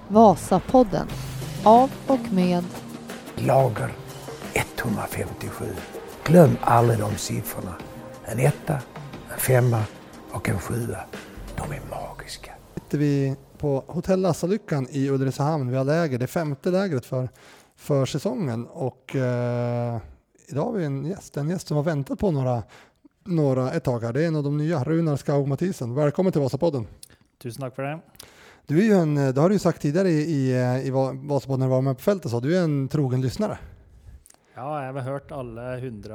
Vasapodden av och med Lager 157. Glöm aldrig de siffrorna. En 1, en 5 och en 7. De är magiska. Sitter vi på Hotell Lassalyckan i Ulricehamn. Vi har läger, det 5:e lägret för säsongen. Och idag har vi en gäst som har väntat på några ett tag här. Det är en av de nya, Runar Skaug-Mathisen. Välkommen till Vasapodden. Tusen tack för det. Du är ju det har du ju sagt tidigare i Vasapodden när du var med på fältet, så du är en trogen lyssnare. Ja, jag har hört alla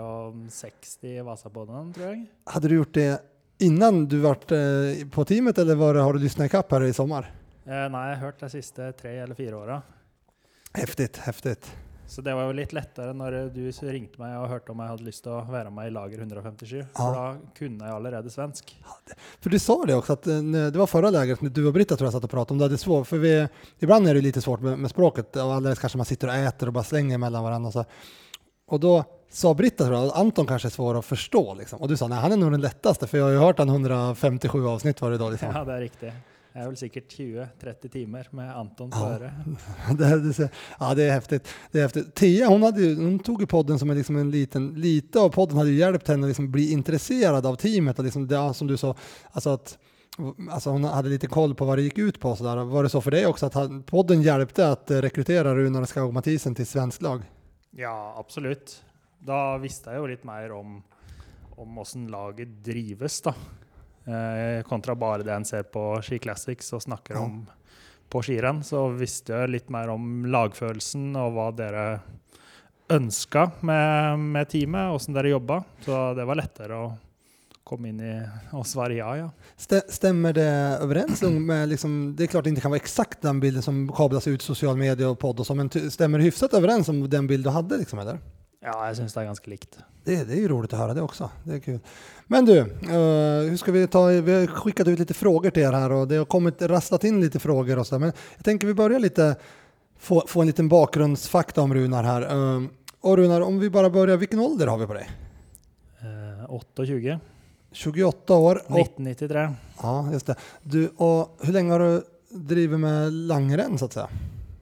160 Vasapodden, tror jag. Hade du gjort det innan du varit på teamet, eller har du lyssnat i kapp här i sommar? Nej, jag har hört de sista 3 eller 4 åren. Häftigt. Så det var ju lite lättare när du ringde mig och hörde om jag hade lust att vara med i lager 157. Ja. För då kunde jag allerede svensk. För du sa det också, att det var förra lägret, du och Britta tror jag satt och pratade om det. Det är svårt, för ibland är det lite svårt med språket. Och alldeles kanske man sitter och äter och bara slänger mellan varandra. Så. Och då sa Britta, tror jag, att Anton kanske är svår att förstå. Liksom. Och du sa, nej, han är nog den lättaste, för jag har ju hört han 157 avsnitt varje dag. Liksom. Ja, det är riktigt. Jag är väl säkert 20-30 timmar med Anton på öre. Det är häftigt. Det är häftigt. Tia, hon tog ju podden som en lite av podden hade ju hjälpt henne liksom bli intresserad av teamet. Och liksom det, som du sa, alltså hon hade lite koll på vad det gick ut på. Så där. Var det så för dig också att podden hjälpte att rekrytera Runar Skaug-Mathisen till svensk lag? Ja, absolut. Då visste jag ju lite mer om hvordan laget drives då. Kontra bara det en ser på Ski Classics och snackar om på skirenn, så visste jag lite mer om lagfølelsen och vad dere önska med teamet och hur dere jobba. Så det var lättare att komma in i och svara ja. Stämmer det överens med, liksom, det är klart det inte kan vara exakt den bilden som kablas ut sociala medier och podd och så, men stämmer det hyfsat överens om den bild du hade liksom, eller? Ja, jag syns det är ganska likt. Det är ju roligt att höra det också. Det är kul. Men du, hur ska vi har skickat ut lite frågor till er här och det har rasslat in lite frågor och så. Men jag tänker vi börjar lite, få en liten bakgrundsfakta om Runar här. Och Runar, om vi bara börjar, vilken ålder har vi på dig? 28. 28 år. 1993. Ja, just det. Du, och hur länge har du drivit med langrenn så att säga?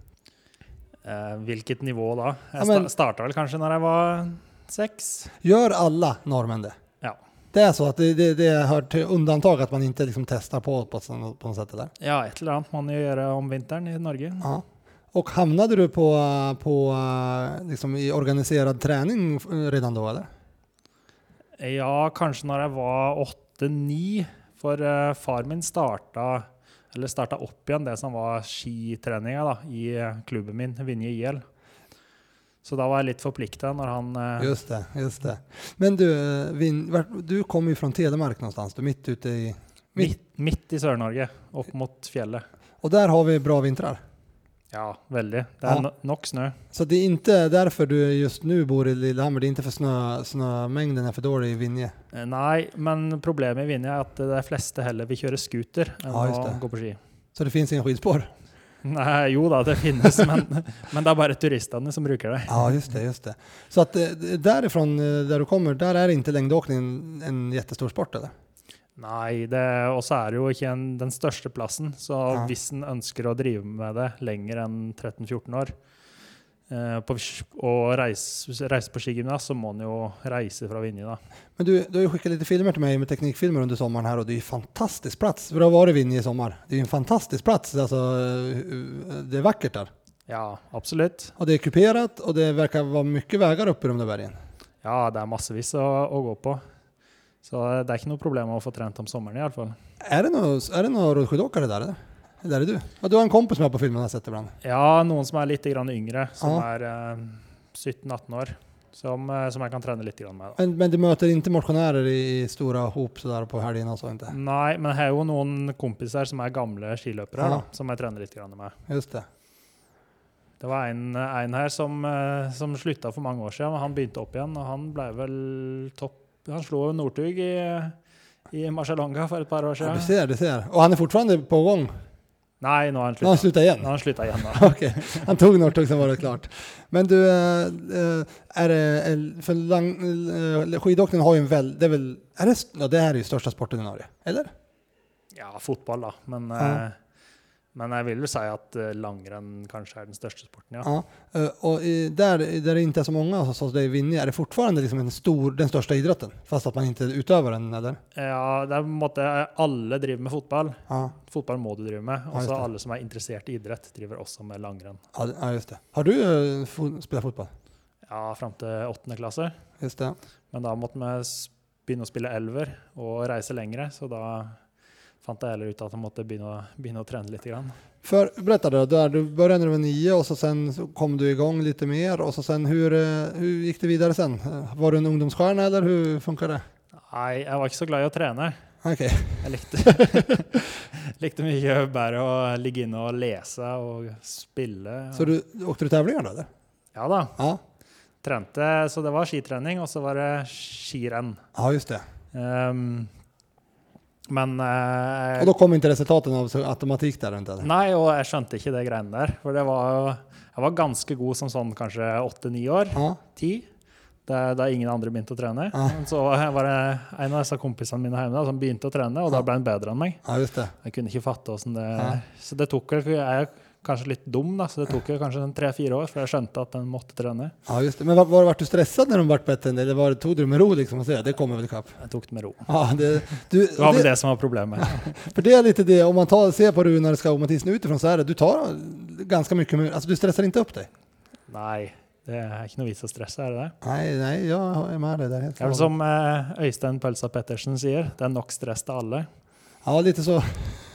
Vilket nivå då? Jag startade väl kanske när jag var 6. Gör alla norrmän det? Ja. Det är så att det hör till undantag att man inte liksom testar på något sätt eller? Ja, ett eller annat man gör om vintern i Norge. Ja. Och hamnade du på liksom i organiserad träning redan då eller? Ja, kanske när jag var 8-9, för far min starta upp igen det som var skiträningar då, i klubben min, Vinje IL. Så då var jag lite förpliktad när han... Just det. Men du kommer ju från Telemark någonstans, du mitt ute i... Mitt i Sør-Norge, upp mot fjället. Och där har vi bra vintrar. Ja, väldigt. Det är nog snö. Så det är inte därför du just nu bor i Lillehammer, det är inte för snömängden är för dålig i Vinje? Nej, men problemet i Vinje är att de flesta hellre vill köra scooter än att gå på ski. Så det finns ingen skidspår? Nej, jo då, det finns, men det är bara turisterna som brukar det. Ja, just det. Så att därifrån, där du kommer, där är inte längdåkning en jättestor sport, eller? Nej, och så är det ju inte den största platsen, så hvis en önskar att driva med det längre än 13-14 år och reise på skigymnas, så må man ju reise från Vinje då. Men du har ju skickat lite filmer till mig med teknikfilmer under sommaren här och det är ju en fantastisk plats. För det har varit Vinje i sommar. Det är ju en fantastisk plats, alltså det är vackert där. Ja, absolut. Och det är kuperat och det verkar vara mycket vägar upp i de där bergen. Ja, det är massvis att gå på. Så det är inte något problem att få tränat om sommaren i alla fall. Är det några rullskidåkare där eller? Där är du. Ja, du har en kompis med på filmen jag har sett ibland. Ja, någon som är lite grann yngre, som är 17-18 år. Som jag kan träna lite grann med. Men du möter inte motionärer i stora hop så där på helgerna och så inte? Nej, men här är ju någon kompisar som är gamla skilöpare då, som jag tränar lite grann med. Just det. Det var en här som slutade för många år sedan, och han började upp igen och han blev väl topp. Han slog Northug i Marcialonga för ett par år sedan. Ja, du ser. Och han är fortfarande på gång? Nej, nu har han slutat. Han slutar igen? Han slutar igen. Okej, han tog Northug, sen var det klart. Men du, är det för skidåkningen har ju en det här är ju största sporten i Norge, eller? Ja, fotboll då. Men Men jag vill ju säga att langrenn kanske är den största sporten, ja. Ja. Och där det inte är så många hos oss, det är vinner, är det fortfarande liksom den största idrotten? Fast att man inte utövar den, eller? Ja, det måste alla driva med fotboll. Ja. Fotboll må du driva med. Ja, Och så alla som är intresserade i idrott driver också med langrenn. Ja, just det. Har du spelat fotboll? Ja, fram till 8:e klasse. Just det. Men då måste man börja spela elver och resa längre, så då fann jag heller ut att jag måste börja träna lite grann. För berätta då, du började när du var 9 och så sen så kom du igång lite mer och så sen hur gick det vidare sen? Var du en ungdomsstjärna eller hur funkar det? Nej, jag var inte så glad i att träna. Okej. Jag likte mycket bara att ligga inne och läsa och spela. Så du åkte du tävlingar då eller? Ja då. Ja. Tränade, så det var skiträning och så var det skirenn. Ja, just det. Men och då kom inte resultaten av automatik där inte eller? nej, och jag skönte inte det grejen där, för jag var ganska god som sån kanske 8-9 år, Ja. 10. Där ingen andra började att träna. Ja. Så var det en av dessa kompisarna mina hemma som började att träna, och då blev han bättre än mig. Ja, just det. Jag kunde inte fatta oss det. Ja. Så det tog, jag är kanske lite dum då, så det tog kanske 3-4 år för jag skönte att den måste träna. Ja, just det. Men var du stressad när de vart bättre än det, eller tog du det med ro liksom att säga? Det kommer väl ikapp? Jag tog det med ro. Ja, Det var väl det som var problemet. För det är lite det, om man ser på Runar Skog Mathisen utifrån så är det, du tar ganska mycket, alltså du stressar inte upp dig? Nej, det är inte något vis att stressa, är det? Nej, jag är med dig där helt Ja, som Øystein Pølsa Pettersen säger, det är nog stress till alla. Ja, lite så.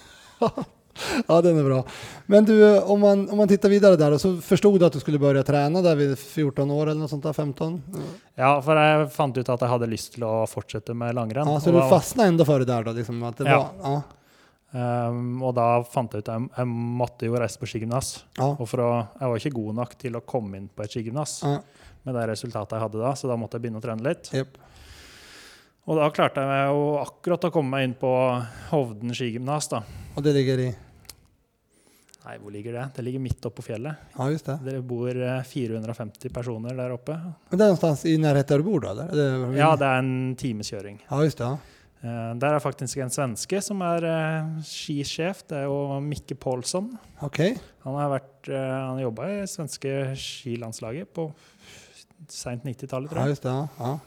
Ja, den är bra. Men du, om man tittar vidare där och så förstod du att du skulle börja träna där vid 14 år eller något sånt där, 15? Ja, för jag fann ut att jag hade lust till att fortsätta med langrenn. Ja, så du fastnade ändå för det där då? Liksom, att det var, ja. Och då fann jag ut att jag måtte ju resa på skigymnas. Ja. Och jag var inte god nog till att komma in på ett skigymnas med det resultatet jag hade då, så då måtte jag börja träna lite. Yep. Och då klarade jag mig akkurat att komma in på Hovden skigymnas då. Och det ligger i? Nej, hvor ligger det? Det ligger mitt uppe på fjället. Ja, just det. Det bor 450 personer där uppe. Men det är någonstans i närheten där du bor då, eller? Ja, det är en timeskörning. Ja, just det. Ja. Där är faktiskt en svenske som är skichef, det är ju Micke Paulsson. Okej. Han jobbar i svenska skilandslaget på sent 90-talet, tror jag. Ja, just det. Ja.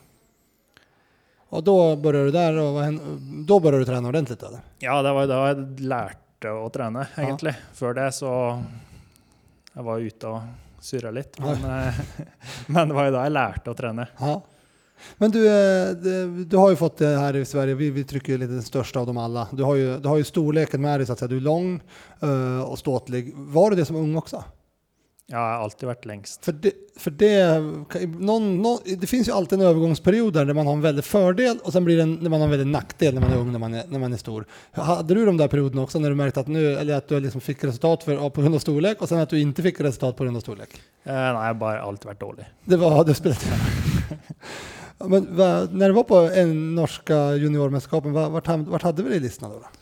Och då började du där och då började du träna ordentligt eller? Ja, det var då jag lärde att träna egentligen. För det så jag var ute och surrade lite, men det var ju då jag lärde att träna. Ja. Men du har ju fått det här i Sverige, vi trycker ju lite den största av dem alla. Du har ju storleken med dig så att säga, du är lång och ståtlig. Var du det som ung också? Ja, jag har alltid varit längst. Det finns ju alltid en övergångsperiod där man har en väldigt fördel och sen blir det när man har en väldigt nackdel när man är ung, när man är stor. Hade du de där perioderna också när du märkte att du liksom fick resultat på grund av storlek och sen att du inte fick resultat på grund av storlek? Nej, jag har bara alltid varit dålig. Det spelade. Men när du var på en norska juniormästerskapen, vart hade vi det i listan då?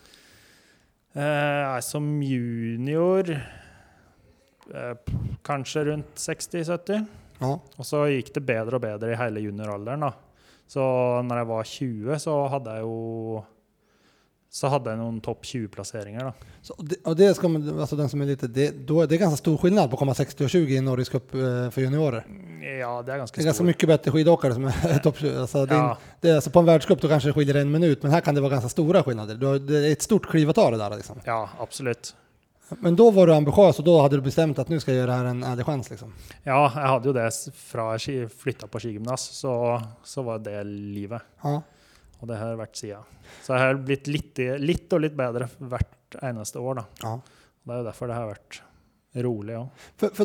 Som junior kanske runt 60-70. Ja. Och så gick det bättre och bättre i hela junioraldern då. Så när jag var 20 så hade jag någon topp 20 placeringar då. Och det ska man, alltså den som är lite, det är ganska stor skillnad på att komma 60 och 20 i Norges Cup för juniorer. Ja, det är ganska ganska mycket bättre skidåkare som är topp 20. Alltså det är alltså på en världscup då kanske det skiljer 1 minut, men här kan det vara ganska stora skillnader. Det är ett stort kliv att ta det där liksom. Ja, absolut. Men då var du ambitiös och då hade du bestämt att nu ska jag göra det här en ärlig chans liksom. Ja, jag hade ju det från flytta på skigymnas, så var det livet. Ja. Och det har varit sida. Så jag har blivit lite bättre vart enaste år då. Ja. Det är därför det har varit roligt. Ja. För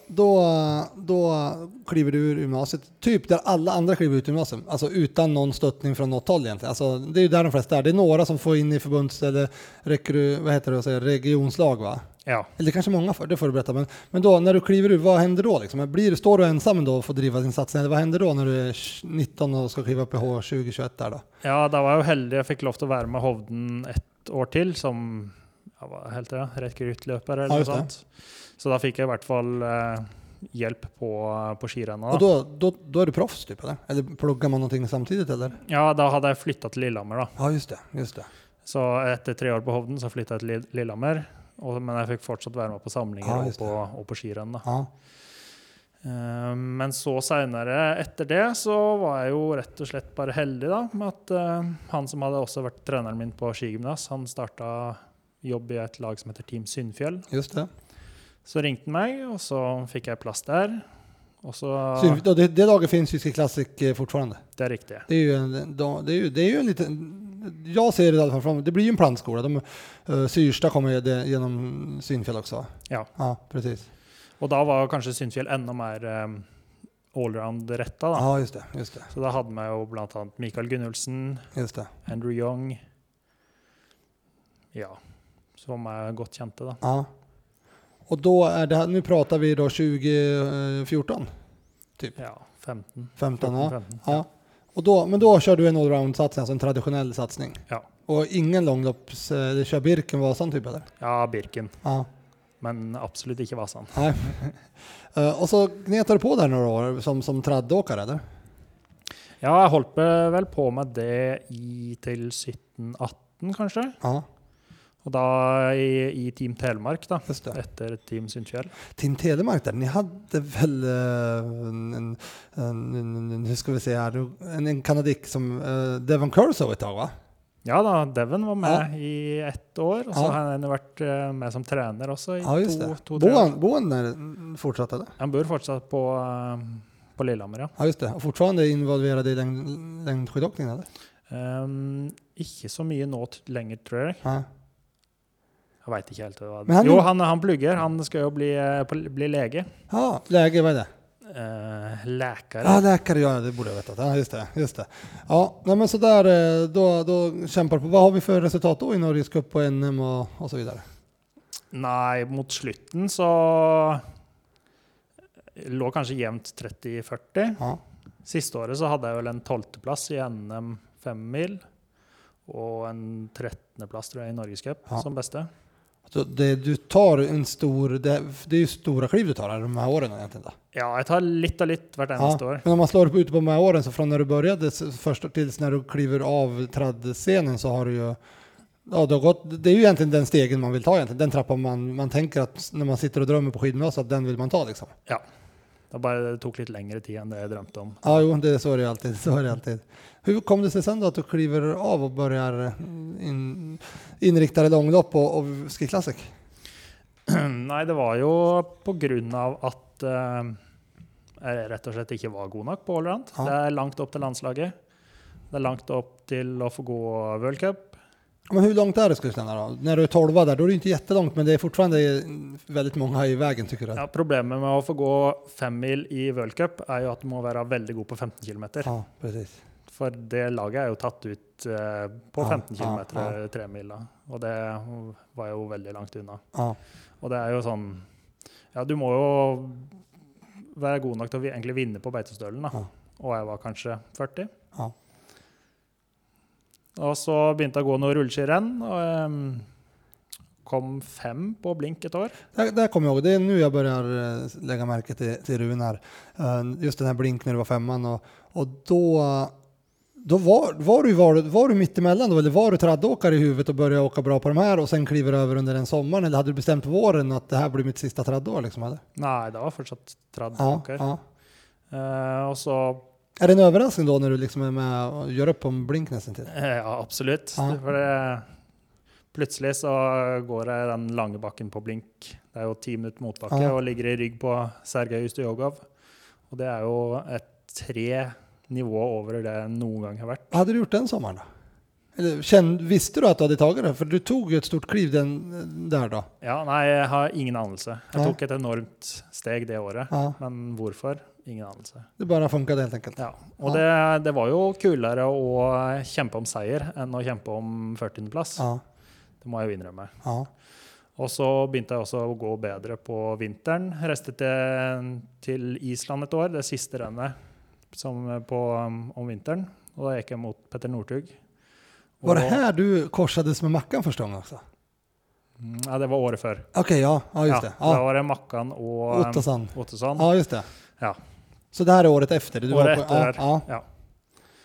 då kliver du ur gymnasiet, typ där alla andra kliver ut gymnasiet, alltså utan någon stöttning från något håll egentligen. Alltså det är ju där de flesta är. Det är några som får in i förbunds eller regionslag va? Ja. Eller kanske många för, det får du berätta. Men då när du kliver ur, vad händer då liksom? Står du ensam då och får driva din satsning? Eller vad händer då när du är 19 och ska kliva upp i H2021 där då? Ja, då var jag ju heldig. Jag fick lov att vara med Hovden 1 år till som var helt rekrytlöpare eller något sånt. Så då fick jag i vart fall hjälp på skirarna. Och då är du proffs typ eller pluggar man någonting samtidigt eller? Ja, då hade jag flyttat till Lillehammer då. Ja, just det. Så efter 3 år på Hovden så flyttade jag till Lillehammer Men jag fick fortsatt vara med på samlingar och på skirenn. Ja. Men så senare efter det så var jag ju rätt och slett bara heldig då, med att han som hade också varit tränaren min på skigymnas, han startade jobb i ett lag som heter Team Syndfjäll. Just det. Så ringde mig och så fick jag plats där. Och så, det laget finns ju i Ski Classic fortfarande. Det är riktigt. Det är ju en liten, jag ser det i alla fall fram, det blir ju en plantskola. Syrsta kommer genom Syndfjäll också. Ja, precis. Och då var kanske Syndfjäll ännu mer allround rätta då. Ja, just det. Så då hade man ju bland annat Mikael Gunnulsen, just det. Andrew Young. Ja, som är gott kända då. Ja. Och då är det här, nu pratar vi då 2014 typ. Ja, 15. 15, ja. 15. Ja. Och men då kör du en allround-satsning, alltså en traditionell satsning. Ja. Och ingen långlopps, du kör Birken, Vasan typ eller? Ja, Birken. Ja. Men absolut inte Vasan. Nej. Och så gnetar du på där några år som traddåkare eller? Ja, jag hållit väl på med det till 17-18 kanske. Ja. Och då i Team Telemark då, efter Team Syndfjäll. Team Telemark där, ni hade väl hur ska vi säga här, en kanadik som Devon Curso ett tag va? Ja då, Devon var med i 1 år och så har han varit med som tränare också i 2 år. Boen fortsatte det? Han bor fortsatt på Lillehammer, ja. Ja just det, och fortfarande involverad i längdskidåkningen eller? Inte så mycket något längre tror jag. Ja. Jag vet inte helt vad. Han pluggar, han ska ju bli läge. Ja, läge, vad är det? Läkare. Ja, läkare, ja, det borde jag veta. Ja, just det. Ja, men så där, då kämpar på. Vad har vi för resultat då i Norges Cup och NM och så vidare? Nej, mot slutten så låg kanske jämnt 30-40. Ja. Sista året så hade jag väl en 12:e plats i NM 5 mil och en 13:e plats tror jag i Norges Cup som bästa. Så du tar en stor, det är ju stora kliv du tar här de här åren egentligen då? Ja, jag tar lite vartenda år. Men om man slår ut på de här åren så från när du började först tills när du kliver av tradscenen så har du ju det är ju egentligen den stegen man vill ta egentligen. Den trappan man tänker att när man sitter och drömmer på skidgymnasiet att den vill man ta liksom. Ja. Det tog lite längre tid än det jag drömde om. Ja, jo, så är det alltid. Hur kom det sig sen då att du kliver av och börjar inrikta dig långlopp och Ski Classic? Nej, det var ju på grund av att jag rätt och slett inte var god nog på allround. Ja. Det är långt upp till landslaget. Det är långt upp till att få gå World Cup. Men hur långt är det skulle du säga då? När du är 12 där, då är det inte jättelångt, men det är fortfarande väldigt många i vägen tycker du? Ja, problemet med att få gå 5 mil i World Cup är ju att du måste vara väldigt god på 15 kilometer. Ja, precis. För det laget är ju tagit ut på 15 kilometer 3 mil. Och det var ju väldigt långt undan. Ja. Och det är ju sån, ja du måste ju vara god nog till att egentligen vinna på Beitostølen. Ja. Och jag var kanske 40. Ja. Och så började jag gå några rullskirenn och kom 5 på blink ett år. Där kommer jag ihåg, det är nu jag börjar lägga märke till Runar. Just den här blink när du var 5:an och då var du mitt emellan då, eller var du traddåkare i huvudet och började åka bra på de här och sen kliver över under den sommaren, eller hade du bestämt på våren att det här blir mitt sista traddår liksom eller? Nej, det var fortsatt traddåkare. Ja. Och så är det en överraskning då när du liksom är med och gör upp på en blink nästan till? Ja, absolut. Ja. För det, plötsligt så går jag den långa backen på blink. Det är ju 10 minuter motbacke och ligger i rygg på Sergej Ustjogov. Och det är ju ett 3 nivå över det någon gång har varit. Hade du gjort den sommaren då? Eller visste du att du hade tagit det? För du tog ju ett stort kliv där då. Ja, nej, jag har ingen anelse. Jag tog ett enormt steg det året. Ja. Men varför? Ingen anelse. Det bara funkade helt enkelt. Ja, och det var ju kulare att kämpa om seger än att kämpa om 40:e plats. Ja. Det må jag inrømme. Ja. Och så började jag också gå bättre på vintern. Reste till Island ett år, det sista rennet som om vintern. Och då gick jag mot Petter Northug. Var det här du korsades med Mackan första gången också? Ja, det var året för. Okej, ja, just det. Ja. Då var det Mackan och Ottosson. Ja, just det. Ja. Så det här är året efter? Året efter, ja.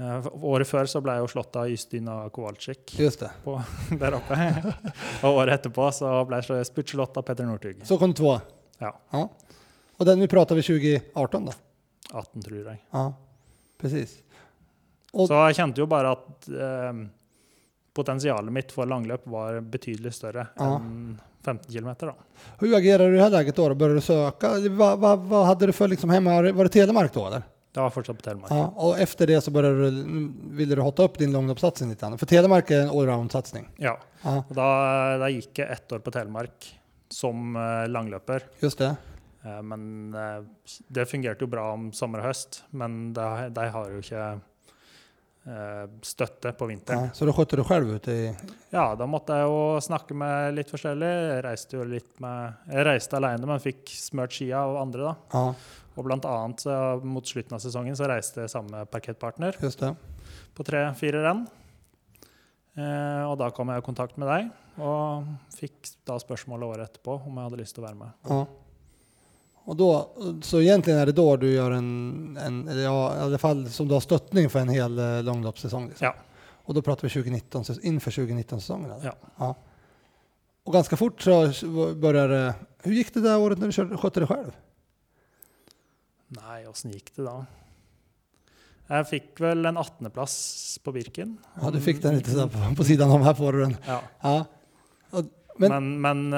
Året før så ble jeg jo slått av Justina Kowalczyk Just det. der oppe. Og året etterpå så ble jeg spurt av Petter Northug. Så kom 2. Ja. Ja. Och nu pratar vi 2018 då? 18 tror jeg. Ja, precis. Och, så jeg kjente jo bare at potensialet mitt for langløp var betydelig større enn 15 kilometer då. Hur agerade du i det här läget då? Började du söka? Vad hade du för liksom hemma? Var det Telemark då eller? Det var fortsatt på Telemark. Ja, och efter det så ville du hotta upp din långloppssatsning lite grann. För Telemark är en allround-satsning. Ja, og da gikk jeg 1 år på Telemark som langløper. Just det. Men det fungerte jo bra om sommer og høst, men de har jo ikke støtte på vinteren. Ja, så då skötte du själv ute i... Ja, da måtte jeg jo snakke med litt forskjellig. Jeg reiste alene, men fikk smørt skia av andre da. Ja. Og blant annet mot slutten av sesongen så reiste jeg sammen med parkettpartner Just det. på 3-4 renn. Og da kom jeg i kontakt med deg, og fikk da spørsmålet året etterpå om jeg hadde lyst til å være med. Ja. Och då, så egentligen är det då du gör eller ja, i alla fall som du har stöttning för en hel långloppssäsong. Liksom. Ja. Och då pratar vi 2019, inför 2019-säsongen. Ja. Ja. Och ganska fort så började... Hur gick det där året när du skötte det själv? Nej, hvordan gikk det da? Jeg fikk vel en 18. plass på Birken. Ja, du fick den lite så på sidan om här får du den. Ja. Ja. Men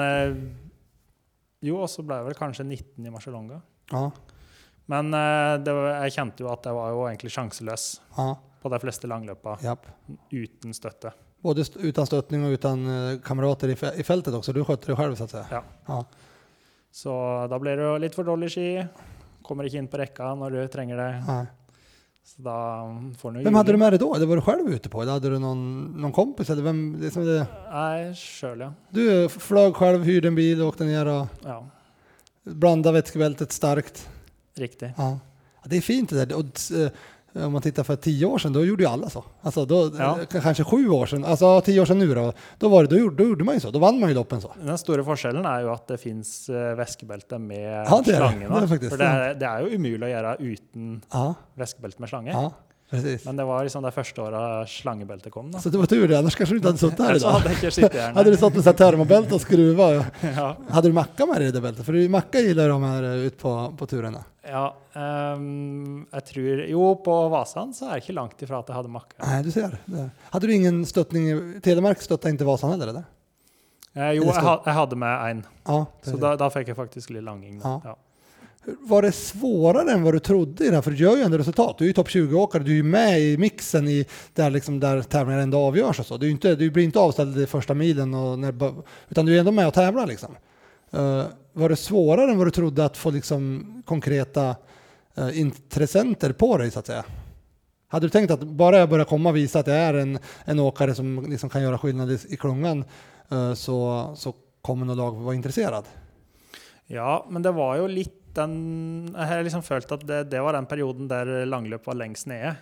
jo, og så ble jeg vel kanskje 19 i Marcialonga. Ja. Men jeg kjente jo at jeg var jo egentlig sjanseløs på de fleste langløpa uten støtte. Både utan stöttning och utan kamrater i fältet också. Du skötte det själv så att säga. Ja. Så da blir det jo litt for dårlig ski. Kommer ikke inn på rekka når du trenger det. Ja. Så da får du Vem hade du med dig då? Det var du själv ute på? Eller hade du någon kompis? Eller vem, liksom det? Nej, själv ja. Du flög själv, hyrde en bil och åkte ner och blandade vätskebältet starkt. Riktigt. Ja. Det är fint det där. Och, om man tittar för 10 år sedan, då gjorde ju alla så. Alltså då, kanske 7 år sedan, alltså 10 år sedan nu då gjorde man ju så. Då vann man ju loppen så. Den stora forskjellen är ju att det finns väskebälte med slangerna. För det är ju omöjligt att göra utan väskebälte med slange. Ja, precis. Men det var liksom det första året slangebältet kom då. Så det var tur det, annars kanske du inte hade suttit här idag. Hade du stått med så här termobälte och skruva. Hade du macka med dig i det bältet? För macka gillar de här ut på turerna. Ja, jag tror jo på Vasan så är det inte långt ifrån att jag hade macka. Nej, du ser. Hade du ingen stöttning? Telemark stöttade inte Vasan heller eller? Jo, jag hade med en. Ja, så då fick jag faktiskt lite langing. Ja. Var det svårare än vad du trodde i det här? För du gör ju ändå resultat. Du är ju topp 20-åkare. Du är ju med i mixen där tävlingar ändå avgörs och så. Du blir inte avställd i första milen utan du är ändå med och tävlar liksom. Var det svårare än vad du trodde att få liksom konkreta intressenter på dig så att säga? Hade du tänkt att bara jag börjar komma och visa att jag är en åkare som liksom kan göra skillnad i klungan så kommer någon lag vara intresserad? Ja, men det var ju lite jag har liksom följt att det var den perioden där langlöp var längst nere.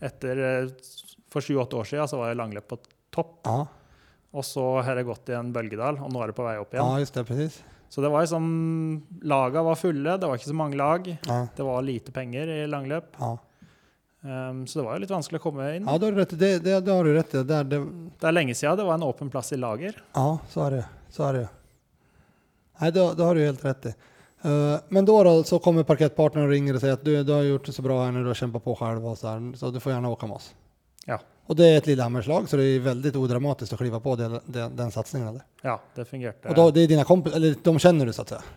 För 7-8 år sedan så var jag langlöp på topp. Ja. Och så har det gått i en bölgedal och nu är det på väg upp igen. Ja, just det, precis. Så det var ju som laga var fulla, det var inte så många lag. Ja. Det var lite pengar i langlöp. Ja. Så det var ju lite vanskligt att komma in. Ja, det har du rätt. Det är länge sedan det var en öppen plats i lager. Ja, så är det. Nej, då har du helt rätt i. Men då så kommer parkettpartnern och ringer och säger att du har gjort det så bra här nu, du har kämpat på själv och så du får gärna åka med oss. Ja. Och det är ett Lillehammerslag så det är väldigt odramatiskt att kliva på den satsningen eller? Ja, det fungerade. Och då det är dina kompisar, eller de känner du så att säga?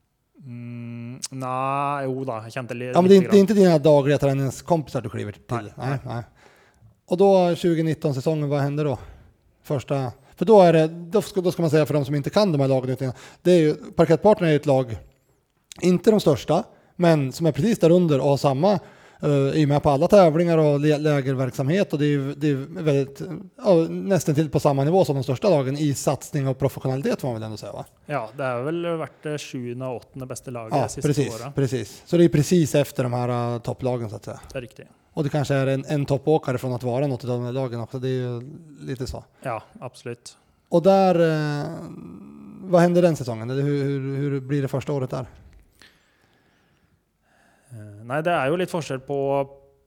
Nej, jo då, jag kände lite. Ja, men det är inte dina dagliga träningskompisar du kliver till? Nej. Och då 2019-säsongen, vad hände då? För då ska man säga för de som inte kan de här lagen, det är ju, parkettpartner är ett lag, inte de största, men som är precis där under och har samma är med på alla tävlingar och lägerverksamhet och det är väldigt nästan till på samma nivå som de största lagen i satsning och professionalitet får man väl ändå säga va? Ja, det har väl varit 7:e och 8:e bästa laget de sista åren. Precis. Så det är precis efter de här topplagen så att säga. Det är riktigt. Och det kanske är en toppåkare från att vara något av de här lagen också. Det är ju lite så. Ja, absolut. Och där, vad hände den säsongen? Eller hur blir det första året där? Nej, det är ju lite forskjell på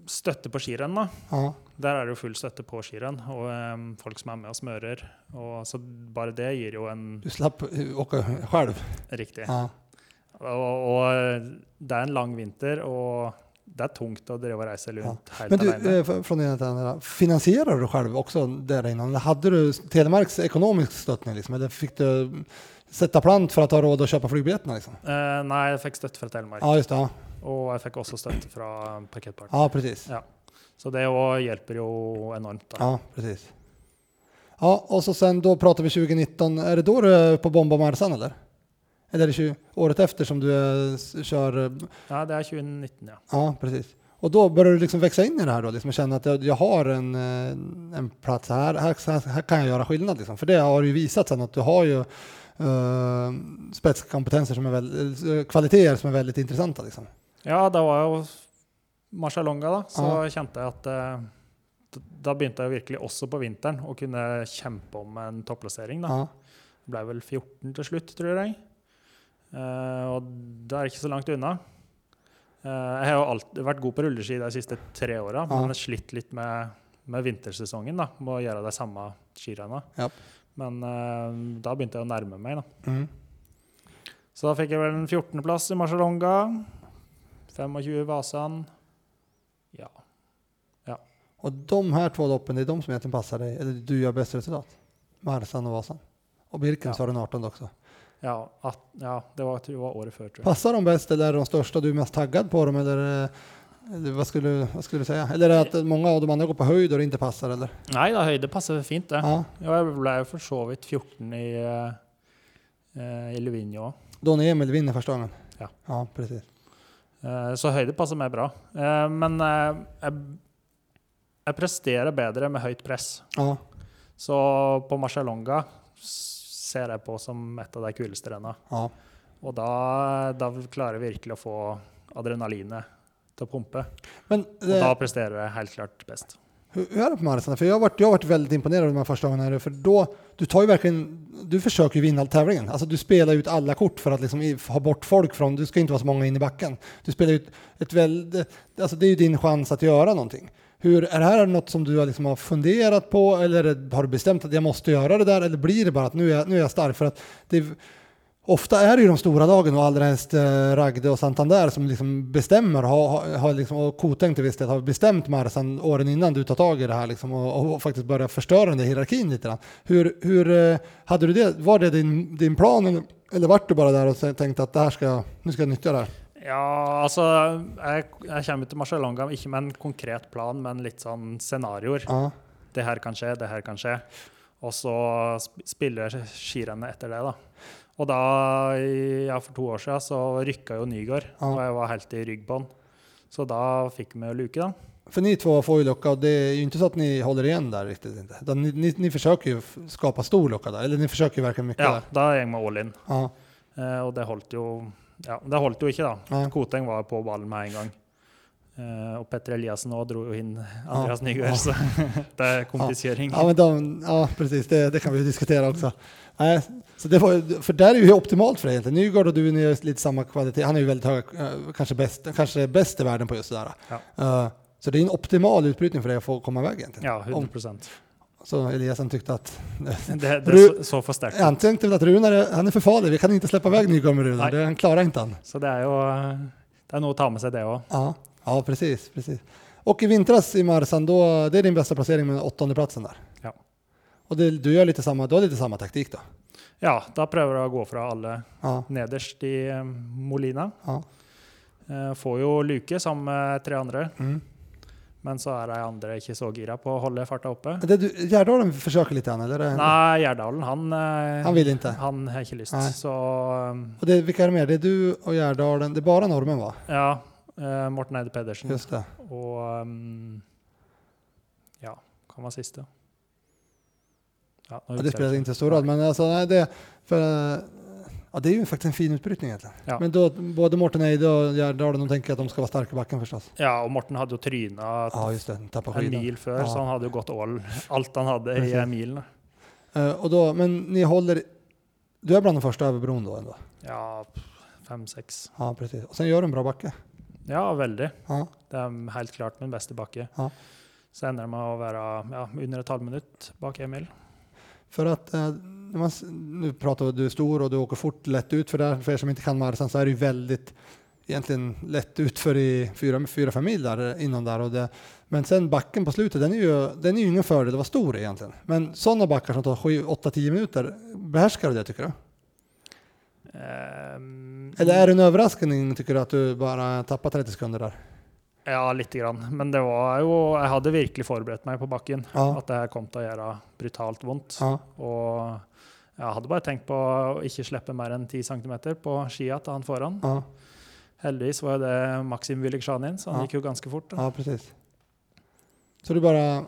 støtte på skirenn da. Ja. Der er det jo full støtte på skirenn, og folk som er med og smører. Og så bare det gir jo en... Du slapp åka själv. Riktig. Ja. Og det er en lang vinter, og det er tungt å drive og reise rundt helt Men du, alene. från det till andra, finansierar du själv också där innan? Eller hade du Telemarks ekonomisk stöttning liksom? Eller fick du sätta plant för att ha råd att köpa flygbiljetterna liksom? Nei, jeg fikk støtte fra Telemark. Ja, just det. Ja, Og jeg fikk også støtte fra Parkettpark. ja precis. Ja. Så det også hjelper jo enormt. Da. Ja, precis. Ja, och så sen då pratar vi 2019. Är det då du är på Bomba Marsan eller? Eller är det året efter som du kör? Ja, det er 2019, ja. Ja, precis. Och då börjar du liksom växa in i det här då, liksom känna att jag har en plats här kan jag göra skillnad liksom. För det har ju visat sen att du har ju spetskompetenser som är väldigt, kvaliteter som är väldigt intressanta liksom. Ja, det var jo Marcialonga da, så Ja. kjente jeg at da begynte jeg virkelig også på vinteren å kunne kjempe om en topplassering da. Ja. Det ble vel 14 til slutt, tror jeg. Og det er ikke så langt unna. Jeg har jo alltid vært god på rulleski de siste 3 årene, Ja. men slitt litt med vintersesongen da, med å gjøre de samme skirenene. Ja. Men da begynte jeg å nærme meg da. Mm. Så da fikk jeg vel en 14. plass i Marcialonga, 25 i Vasan. Ja. Och de här 2 loppen, det är de som egentligen passar dig, eller du gör bäst resultat? Marsan och Vasan. Och Birken så har du en 18 också. Ja, det var, tror jag var året før, tror jeg. Passar de bäst eller är de största du är mest taggad på dem? Eller vad skulle du säga? Eller är det att många av de andra går på höjd och det inte passar? Eller? Nei, da høyde passer fint det. Ja. Jeg ble jo for så vidt 14 i Livigno. Då när Emil vinner första gången? Ja. Ja, precis. Så høyde passer meg bra. Men jeg presterer bedre med høyt press. Ja. Så på Marcialonga ser jeg på som et av de kuleste rennene. Ja. Og da klarer jeg virkelig å få adrenalinet til å pumpe. Men Og da presterer jeg helt klart best. hur är det på Marsan? För jag har varit väldigt imponerad av de här första gångerna. För då, du försöker ju vinna tävlingen. Alltså du spelar ut alla kort för att liksom ha bort folk från, du ska inte vara så många in i backen. Du spelar ut alltså det är ju din chans att göra någonting. Är det här något som du liksom har funderat på eller har du bestämt att jag måste göra det där eller blir det bara att nu är jag stark? För att ofta är det ju de stora lagen och allra helst Ragde och Santander som liksom bestämmer har liksom, och Koteng till viss del har bestämt Marsan åren innan du tar tag i det här liksom, och faktiskt börjar förstöra den där hierarkin lite grann. Hur hade du det? Var det din plan eller vart du bara där och tänkte att nu ska jag nyttja det här? Ja, altså, jeg kommer til Marcialonga ikke med en konkret plan, men litt sånn scenarioer. Ja. Det her kan skje, det her kan skje. Og så spiller jeg skirennet etter det da. Og da, for 2 år siden, så rykket jo Nygård, og jeg var helt i ryggbånd. Så da fikk vi jo luke da. För ni 2 får ju lucka och det är ju inte så att ni håller igen där riktigt inte. Ni försöker ju skapa stor lucka där, eller ni försöker ju verkligen mycket Ja, där. da gikk vi all in. Ja. Og det holdt jo ikke da. Ja. Koteng var på ballen med en gang. Og Petter Eliassen også dro jo inn Andreas Nygård, så det er kompiskjøring. Ja, men precis, det kan vi ju diskutera också. Nej, så det för där är ju optimalt för dig egentligen. Nygård och du är lite samma kvalitet. Han är ju väldigt hög, kanske bäst i världen på just det där. Ja. Så det är en optimal utbrytning för dig att få komma iväg egentligen. Ja, 100%. Så Eliassen tyckte att... Det är så för starkt. Han tänkte väl att Runar, han är för farlig. Vi kan inte släppa iväg Nygård med Runar. Han klarar inte han. Så det är nog att ta med sig det också. Ja, precis. Och i vintras i Marsan, då, det är din bästa placering med 8:e platsen där. Ja. Och du har lite samma taktik då? Ja, da prøver jeg å gå fra alle nederst i Molina. Ja. Får jo luke sammen med 3 andre. Mm. Men så er de andre ikke så gira på å holde farta oppe. Gärdalen försöker lite grann, eller? Nei, Gjerdalen, han vill inte. Han har ikke lyst. Nej. Så Och vilka är det mer? Det är du och Gärdalen. Det är bara normen, va? ja, Morten Eide Pedersen. Just det. Og ja, hva var siste? Ja, Det spelar inte stor roll, men alltså, nej, det är ju faktiskt en fin utbrytning egentligen. Ja. Men då, både Morten Eide och Gärdalen, de tänker att de ska vara starka i backen förstås. Ja, og Morten hadde jo tryna Just det, tappa en skiden. mil før, så han hadde jo gått alt han hadde i milen. Men du är bland de första över bron då ändå? Ja, 5-6. Ja, precis. Och sen gör du en bra backe. Ja, väldigt. Ja. Det är helt klart min bästa backe. Ja. Så ändrar man att vara under ett halvminut bak Emil. För att nu pratar du är stor och du åker fort lätt ut för er som inte kan Marsan, så är det ju väldigt egentligen lätt ut för i 4-5 mil där innan där. Och men sen backen på slutet, den är ju ingen fördel, det var stor egentligen. Men sådana backar som tar 8-10 minuter, behärskar du det tycker du? Eller är det en överraskning tycker du att du bara tappar 30 sekunder där? Ja, lite grann. Men det var ju, jag hade verkligen förberett mig på backen. Ja. Att det här kom att göra brutalt ont. Ja. Och jag hade bara tänkt på att inte släppa mer än 10 cm på skia till han föran. Ja. Heldigvis var det Maxim Vylegzhanin, så han gick ju ganska fort. Då. Ja, precis. Så du bara...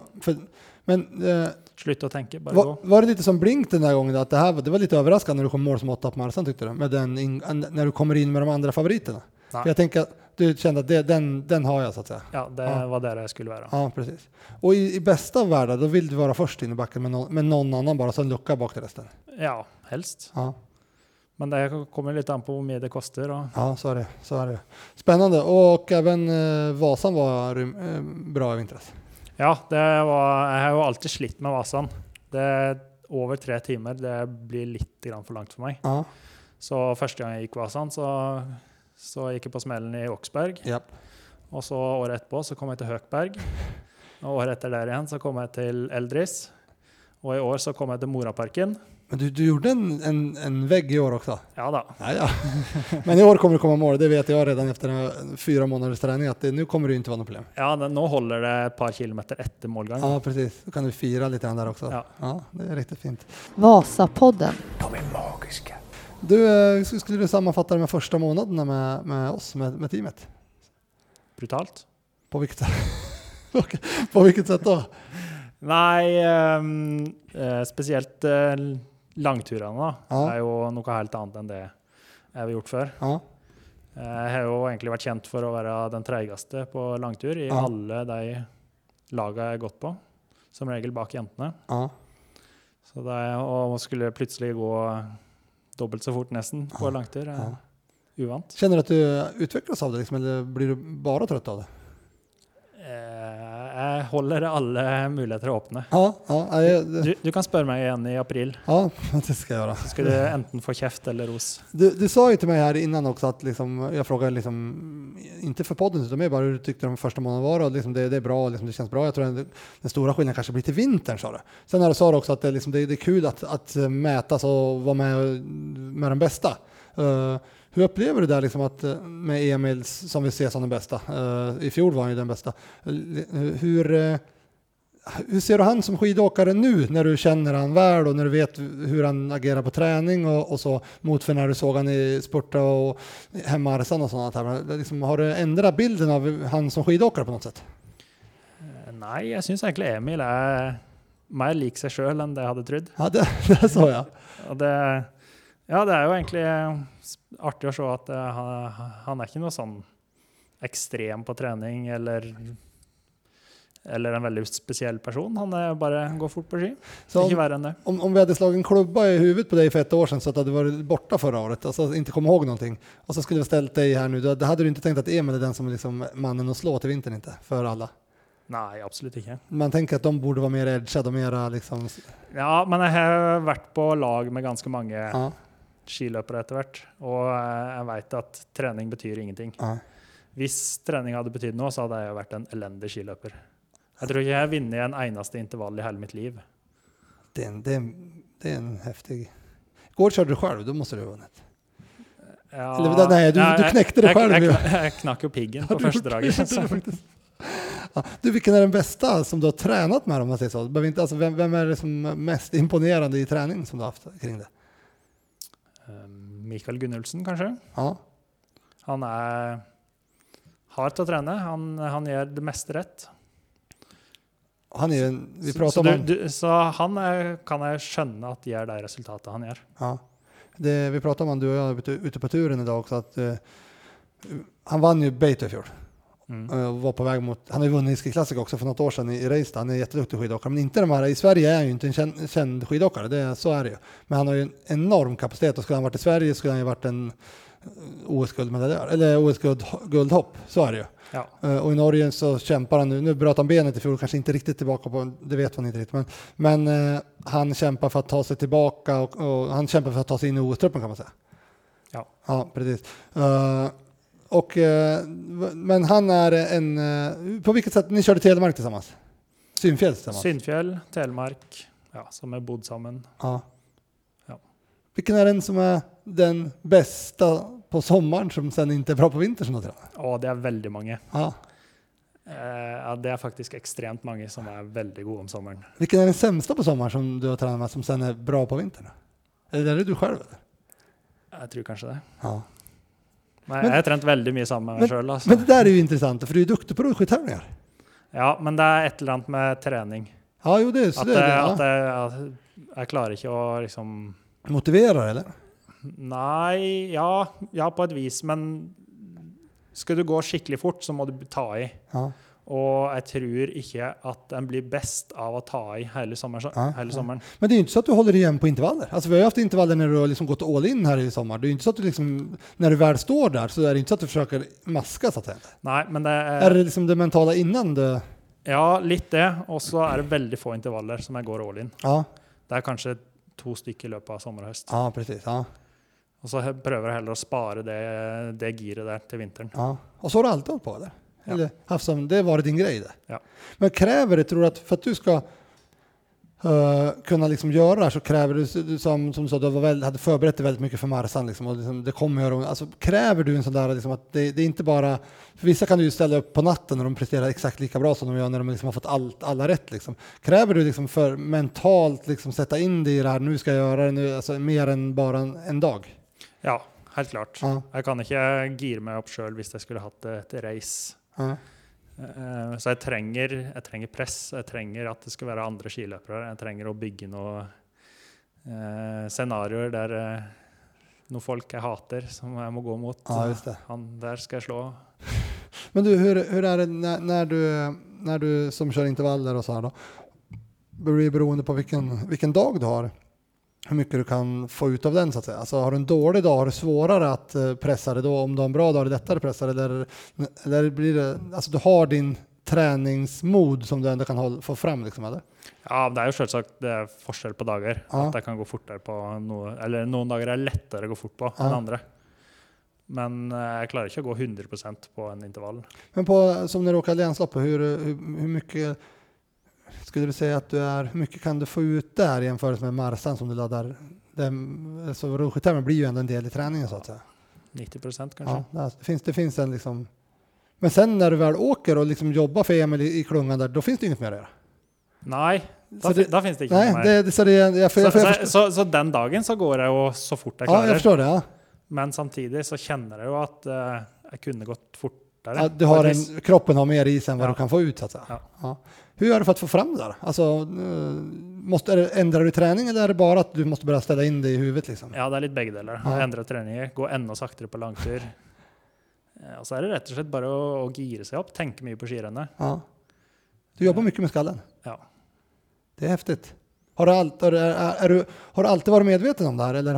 Sluta tänka, bara gå. Var det lite som Blink den där gången då, att det var lite överraskande när du kom mål som 8 på Marsan tyckte du? Med när du kommer in med de andra favoriterna? För jag tänker att du kände att den har jag så att säga. Ja, det var där jag skulle vara. Ja, precis. Och i bästa av världar, då vill du vara först in i backen med någon annan bara, så en lucka bak till resten. Ja, helst. Ja. Men det kommer lite an på hur mycket det kostar. Och... Ja, så är det. Spännande. Och även Vasan var bra i vintras. Ja, jag har ju alltid slitt med Vasan. Det är över 3 timmar, det blir lite grann för långt för mig. Ja. Så första gången jag gick Vasan så gick jag på smällen i Oxberg. Japp. Och så året efter så kom jag till Hökberg. Och året efter där igen så kom jag till Eldris. Och i år så kom jag till Moraparken. Men du gjorde en vägg i år också? Ja då. Ja. Men i år kommer det komma mål, det vet jag redan efter 4 månaders träning, att nu kommer det inte vara något problem. Ja, nu håller det ett par kilometer efter målgång. Ja, precis. Då kan du fira lite grann där också. Ja, det är riktigt fint. Vasapodden. De är magiska. Du, skulle du sammanfatta de första månaderna med oss, med teamet? Brutalt. På vilket sätt då? Nej, speciellt langturarna är ju något helt annat än det jag har gjort för. Ja. Jag har ju egentligen varit känd för att vara den trägaste på langtur i alla de laga jag gått på. Som regel bak jäntorna. Ja. Så och skulle plötsligt gå dubbelt så fort nästan på langtur är uvant. Känner du att du utvecklas av det liksom, eller blir du bara trött av det? Jag håller alla möjligheter öppna. Du kan spöra mig igen i april. Ja, det ska jag göra. Så ska du enten få käft eller ros. Du sa ju till mig här innan också att liksom, jag frågade liksom, inte för podden utan mer bara hur du tyckte de första månaderna var och liksom det är bra, liksom det känns bra. Jag tror att den stora skillnaden kanske blir till vintern, sa du. Sen när du sa också att det är kul att mätas och vara med den bästa. Hur upplever du det liksom att med Emil som vi ser som den bästa? I fjol var han ju den bästa. Hur ser du han som skidåkare nu när du känner han väl och när du vet hur han agerar på träning och så mot för när du såg han i spurta och hemmarsan och sånt här? Liksom, har du ändrat bilden av han som skidåkare på något sätt? Nej, jag syns egentligen Emil är mer lik sig själv än det jag hade trott. Ja, det sa jag. Och det är ju egentligen artigt att se att han är inte någon sån extrem på träning eller en väldigt speciell person. Han är bara går fort på ski. Så inte värre än det. Om vi hade slagit en klubba i huvudet på dig för 1 år sedan så att du hade varit borta förra året, alltså inte kom ihåg någonting, och så skulle vi ställt dig här nu, då hade du inte tänkt att Emil är den som är liksom mannen att slå till vintern, inte för alla? Nej, absolut inte. Man tänker att de borde vara mer edgade och mera liksom... Ja, men jag har varit på lag med ganska många skilöpare efterhvert, och jag vet att träning betyder ingenting. Hvis träning hade betytt något så hade jag varit en eländig skilöpare. Jag tror jag har vunnit en enaste intervall i hela mitt liv. Det är en häftig... Går körde du själv, då måste du ha vunnit. Ja, eller, nej, du knäckte det själv. Jag knackade piggen på första draget. Du, vilken är den bästa som du har tränat med, om man säger så? Alltså, vem är det som mest imponerande i träning som du har haft kring det? Mikael Gunnulfsen kanske. Ja. Han är hard att träna. Han gör det mesta rätt. Han är vi pratar om så han kan jag känna att ger det resultatet han gör. Ja. Vi pratar om du och jag ute på turen idag också, att han vann ju Beito i fjol. Var på väg mot, han har ju vunnit skiklassik också för något år sedan i race. Han är jätteduktig skidåkare, men inte de här i Sverige är han ju inte en känd skidåkare, så är det ju. Men han har ju en enorm kapacitet, och skulle han varit i Sverige skulle han ju varit OS-guldmedaljör, eller OS-guldhopp, så är det ju. Ja. Och i Norge så kämpar han nu bröt han benet i fjol, kanske inte riktigt tillbaka på, det vet man inte riktigt, men han kämpar för att ta sig tillbaka och han kämpar för att ta sig in i OS-truppen kan man säga. Ja, precis. Men han är på vilket sätt, ni körde Telemark tillsammans? Synfjäll tillsammans? Synfjäll, Telemark, som är bod samman. Ja. Ja. Vilken är den som är den bästa på sommaren som sen inte är bra på vintern? Ja, det är väldigt många. Ja. Det är faktiskt extremt många som är väldigt goda om sommaren. Vilken är den sämsta på sommaren som du har tränat med som sen är bra på vintern? Eller är det du själv? Eller? Jag tror kanske det. Ja. Men jag har tränat väldigt mycket samman med mig själv. Alltså. Men det där är ju intressant, för du är duktig på rullskidtävlingar. Ja, men det är ett eller annat med träning. Ja, jo, det är så. Jag klarar inte att liksom... Motivera, eller? Nej, ja, på ett vis. Men ska du gå skickligt fort så må du ta i. Ja. Och jag tror inte att den blir bäst av att ta i hela sommaren. Men det är ju inte så att du håller igen på intervaller. Alltså vi har ju haft intervaller när du har liksom gått all in här i sommar. Det är ju inte så att du liksom, när du väl står där så är det inte så att du försöker maska så att säga. Nej, men det är det liksom det mentala innan du... Ja, lite. Och så är det väldigt få intervaller som jag går all in. Ja. Det är kanske 2 stycken i löpet av sommar och höst. Ja, precis. Ja. Och så prövar jag hellre att spara det giret där till vintern. Ja. Och så har du alltid hållit på, eller? Ja. Eller haft som, det var din grej där. Ja. Men kräver det, tror du, att för att du ska kunna liksom göra det här så kräver du, som du sa, du hade förberett dig väldigt mycket för Marsan liksom, och liksom, det kommer göra, alltså kräver du en sån där liksom, att det är inte bara, för vissa kan du ju ställa upp på natten när de presterar exakt lika bra som de gör när de liksom har fått alla rätt liksom. Kräver du liksom för mentalt liksom sätta in det i det här, nu ska jag göra det nu, alltså mer än bara en dag? Ja, helt klart. Ja. Jag kan inte gira mig upp själv hvis jag skulle haft ett race. Ja. Så jag tränger press, jag tränger att det ska vara andra skilöpare, jag tränger att bygga några scenarier där några folk jag hatar som jag må gå mot. Ja, just det. Han där ska jag slå. Men du, hur är det när du som kör intervaller och så här då? Beroende på vilken dag du har, hur mycket du kan få ut av den så att säga. Alltså har du en dålig dag, har du svårare att pressa det då? Om du har en bra dag är det lättare att pressa det? Eller blir det, alltså du har din träningsmod som du ändå kan få fram liksom, eller? Ja, det är ju självklart det är forskel på dagar. Ja. Att det kan gå fortare på någon dagar är lättare att gå fort på än andra. Men jag klarar inte att gå 100% på en intervall. Men som när du åker allianslopp, hur mycket skulle du säga att hur mycket kan du få ut där jämfört med Marsan som du laddar? Så rullskidtävling blir ju ändå en del i träningen så att säga. 90% kanske. Ja, det finns en liksom. Men sen när du väl åker och liksom jobbar för Emil i klungan där, då finns det inget mer att göra. Nej, då finns det inte mer. Så den dagen så går jag och så fort jag klarar. Ja, jag förstår det. Ja. Men samtidigt så känner jag ju att jag kunde gått fortare. Ja, kroppen har mer is än vad du kan få ut så att säga. Ja. Ja. Hur gör du för att få fram det där? Alltså, ändrar du träning eller är det bara att du måste börja ställa in det i huvudet? Liksom? Ja, det är lite bägge delar. Jag ändrar träningen, gå ännu saktare på långtur. Och så är det rätt och slett bara att gira sig upp, tänka mycket på skirarna. Ja. Du jobbar mycket med skallen? Ja. Det är häftigt. Har du alltid varit medveten om det här eller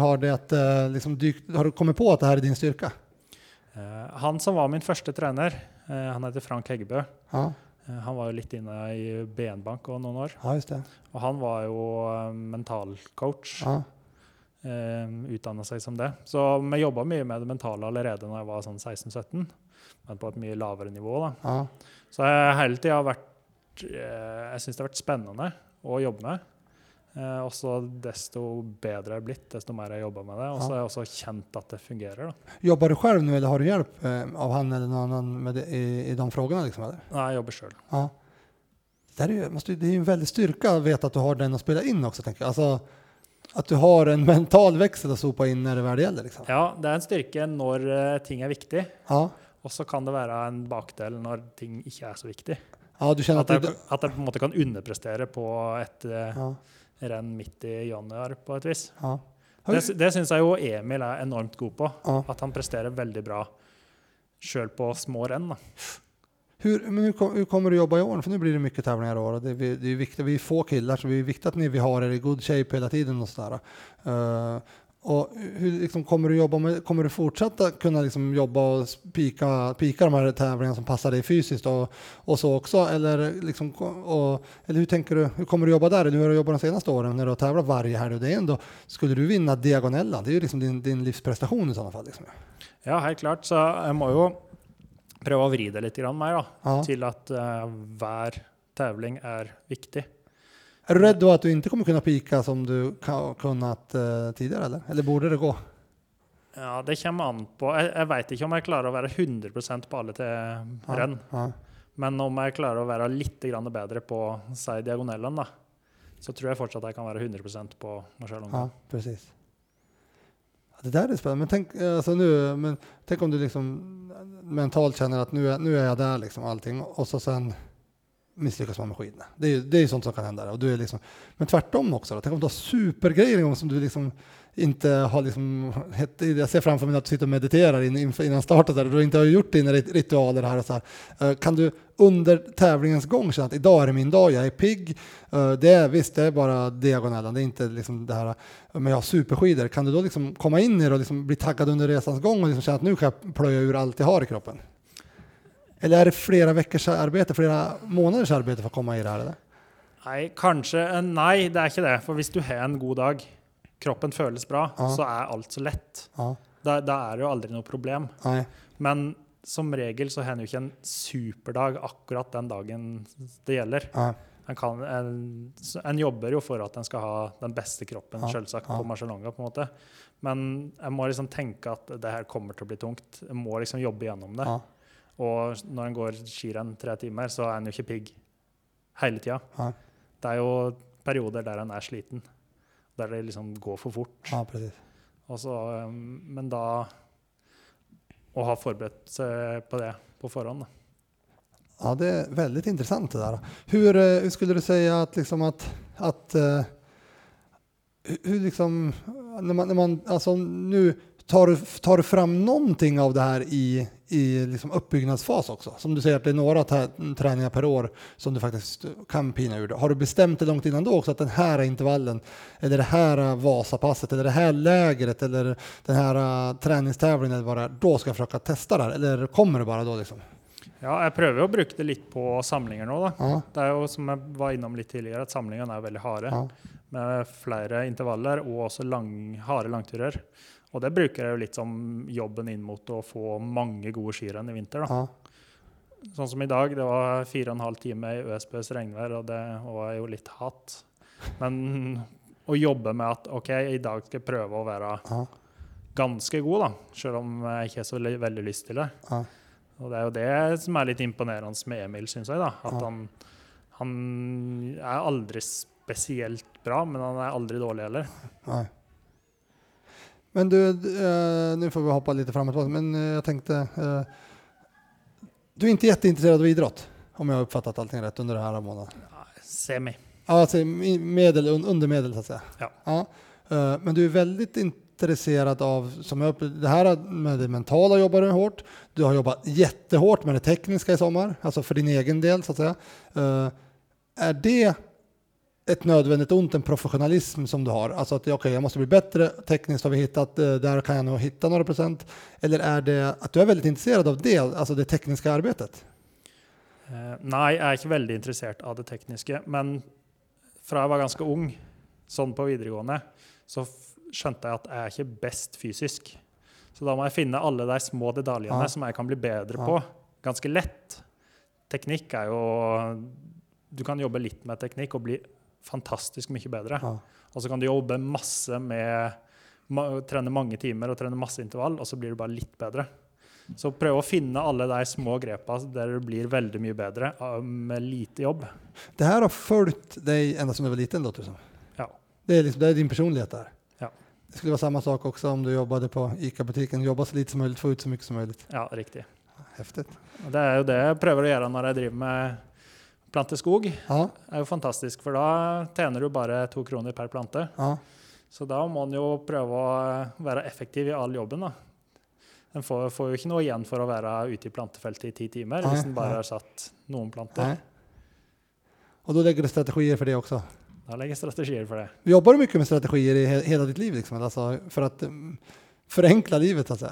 har du kommit på att det här är din styrka? Han som var min första tränare, han heter Frank Heggebø. Ja. Han var ju lite inne i BN-bank och någon år. Ja, just det. Och han var ju mental coach. Ja. Utdannet sig som det. Så jag jobbade mycket med det mentala allerede när jag var sån 16-17. Men på ett mycket lavere nivå då. Ja. Så jag hela tiden har varit, jag syns det har varit spännande att jobba med. Och så desto bättre jag blivit, desto mer jag jobbar med det. Och så har jag också känt att det fungerar då. Jobbar du själv nu eller har du hjälp av han eller någon annan med i de frågorna liksom, eller? Nej, jag jobbar själv. Ja. Det är ju en väldig styrka att veta att du har den att spela in också, tänker jag. Alltså att du har en mental växel att sopa in när det väl gäller liksom. Ja, det är en styrka när ting är viktigt. Ja. Och så kan det vara en bakdel när ting inte är så viktigt. Ja, du känner att jag på en måte kan underprestera på ett renn mitt i januari på ett vis. Ja. Det syns jag ju Emil är enormt god på. Ja. Att han presterar väldigt bra själv på små renn. Hur kommer du jobba i år? För nu blir det mycket tävlingar i år. Det är viktigt, vi är få killar så det är viktigt att ni har er i god shape hela tiden och sådär. Och hur liksom, kommer du fortsätta kunna liksom jobba och pika de här tävlingarna som passar dig fysiskt och så också? Eller, liksom, eller hur tänker du, hur kommer du jobba där? Eller hur har du jobbat de senaste åren när du har tävlat varje helg? Och det är ändå, skulle du vinna diagonella, det är ju liksom din livsprestation i sådana fall. Liksom. Ja, helt klart. Så jag må ju pröva att vrida lite grann mer då, till att var tävling är viktig. Är du rädd då att du inte kommer kunna pika som du kunnat tidigare eller borde det gå? Ja, det kommer an på. Jag vet inte om jag klarar att vara 100% på alla till renn. Men om jag klarar att vara lite grann bättre på säg diagonellen då, så tror jag fortsatt att jag kan vara 100% på Marcialonga. Ja, precis. Det där är spännande. Men tänk om du liksom mentalt känner att nu är jag där liksom allting och så sen misslyckas man med skidorna. Det är ju sånt som kan hända. Och du är liksom, men tvärtom också. Då. Tänk om du har supergrejer som du liksom inte har liksom... Jag ser framför mig att du sitter och mediterar innan starten där, och du inte har gjort dina ritualer här och så här. Kan du under tävlingens gång känna att idag är det min dag, jag är pigg. Det är bara diagonellen, det är inte liksom det här, men jag har superskidor. Kan du då liksom komma in i det och liksom bli taggad under resans gång och liksom känna att nu kan jag plöja ur allt jag har i kroppen? Eller är det flera veckors arbete, flera månaders arbete för att komma i det här? Eller? Nej, kanske. Nej, det är inte det. För om du har en god dag, kroppen känns bra, så är allt så lätt. Ja. Då är det ju aldrig något problem. Nej. Men som regel så händer ju inte en superdag akkurat den dagen det gäller. Ja. En jobbar ju för att den ska ha den bästa kroppen, självsagt, på Marcialonga på något sätt. Men jag måste liksom tänka att det här kommer att bli tungt. Jag måste liksom jobba igenom det. Ja. Och när han går skirenn 3 timmar så är han ju inte pigg hela tiden. Ja. Det är ju perioder där han är sliten. Där det liksom går för fort. Ja, precis. Och så, men då och ha förberett sig på det på förhand. Ja, det är väldigt intressant det där. Hur skulle du säga att liksom hur liksom när man alltså nu tar du fram någonting av det här i liksom uppbyggnadsfas också? Som du säger att det är några träningar per år som du faktiskt kan pina ur det. Har du bestämt det långt innan då också att den här intervallen eller det här Vasapasset eller det här lägret eller den här träningstävlingen eller vad det är, då ska jag försöka testa det här, eller kommer det bara då liksom? Ja, jag prövar att bruka det lite på samlingar nu då. Ja. Det är ju som jag var inom lite tidigare att samlingen är väldigt harde med flera intervaller och också harde långturer. Och det brukar jag ju lite som jobben in mot att få många goda skirenn i vinter då. Ja. Sånn som idag, det var 4,5 timmar i ÖSBs regnvär och det var ju lite hat. Men att jobba med att okej, idag ska jag pröva att vara ganska god då, selv om jag inte är så väldigt lust till det. Ja. Och det är ju det som är lite imponerande med Emil, syns jag då, att han är aldrig speciellt bra, men han är aldrig dålig heller. Ja. Men du, nu får vi hoppa lite framåt, men jag tänkte, du är inte jätteintresserad av idrott, om jag har uppfattat allting rätt under det här månaden? Semi. Ja, alltså under medel så att säga. Ja. Men du är väldigt intresserad av, som det här med det mentala jobbar du hårt, du har jobbat jättehårt med det tekniska i sommar, alltså för din egen del så att säga. Är det ett nödvändigt ont, en professionalism som du har? Alltså att jag måste bli bättre, tekniskt har vi hittat, där kan jag nog hitta några procent. Eller är det att du är väldigt intresserad av det, alltså det tekniska arbetet? Nej, jag är inte väldigt intresserad av det tekniska, men från jag var ganska ung, sån på videregående, så skönte jag att jag är inte bäst fysisk. Så då måste jag finna alla de små detaljerna som jag kan bli bättre på. Ganska lätt. Teknik är ju, du kan jobba lite med teknik och bli fantastiskt mycket bättre. Och så kan du jobba massor med träna många timmar och träna massa intervall och så blir du bara lite bättre. Så pröv att finna alla de små greppen där du blir väldigt mycket bättre med lite jobb. Det här har följt dig ända som du var liten, låter det som. Ja. Det är din personlighet där. Ja. Det skulle vara samma sak också om du jobbade på ICA-butiken. Jobba så lite som möjligt, få ut så mycket som möjligt. Ja, riktigt. Häftigt. Och det är ju det jag prövar att göra när jag driver med planteskog. Ja. Det är ju fantastiskt, för då tjänar du bara 2 kronor per plante. Ja. Så då måste man ju pröva att vara effektiv i all jobben då. Den får ju inte något igen för att vara ute i plantefältet i 10 timmar, hvis den bara har satt någon plantor. Och då lägger du strategier för det också? Da lägger strategier för det. Jobbar du mycket med strategier i hela ditt liv liksom? Alltså för att förenkla livet, alltså?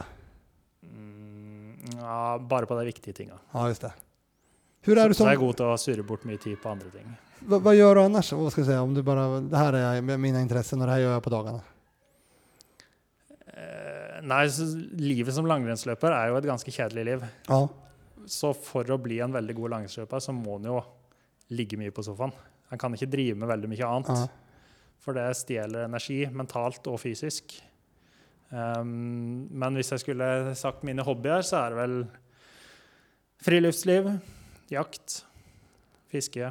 Ja, bara på de viktiga tingen. Ja, just det. Hur är du som... Så är god att surra bort mycket tid på andra ting. Vad gör du annars? Vad ska jag säga? Om du bara, det här är mina intressen och det här gör jag på dagarna. Nej, så livet som langrennsløper är ju ett ganska kedligt liv. Ja. Så för att bli en väldigt god langrennsløper så må han ju ligga mycket på soffan. Han kan inte driva med väldigt mycket annat. Ja. För det stjäler energi, mentalt och fysiskt. Men om jag skulle sagt mina hobbyer så är det väl friluftsliv, jakt, fiske.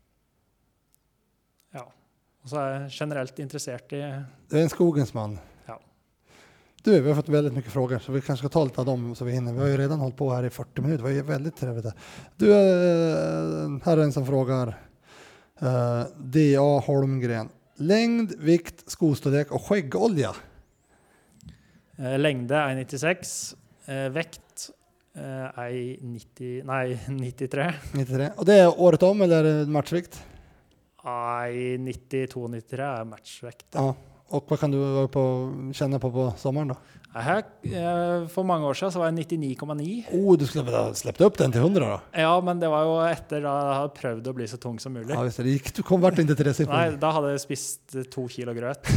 Ja. Och så är jag generellt intresserad i... Du är en skogens man. Ja. Du, vi har fått väldigt mycket frågor så vi kanske ska ta lite av dem så vi hinner. Vi har ju redan hållit på här i 40 minuter. Det var ju väldigt trevligt. Du, här är en som frågar. D.A. Holmgren. Längd, vikt, skostorlek och skäggolja. Längd är 96. Väkt är 93. 93. Och det är året om eller är det matchvikt? Nej, 92-93 är matchvikt. Ja. Och vad kan du vara på, känna på sommaren då? Här, för många år sedan så var jag 99,9. Du skulle väl ha släppt upp den till 100 då? Ja, men det var ju efter att jag hade prövat att bli så tung som möjligt. Ja, just det. Du kom vart inte till det siffran. Nej, då hade jag spist 2 kilo gröt.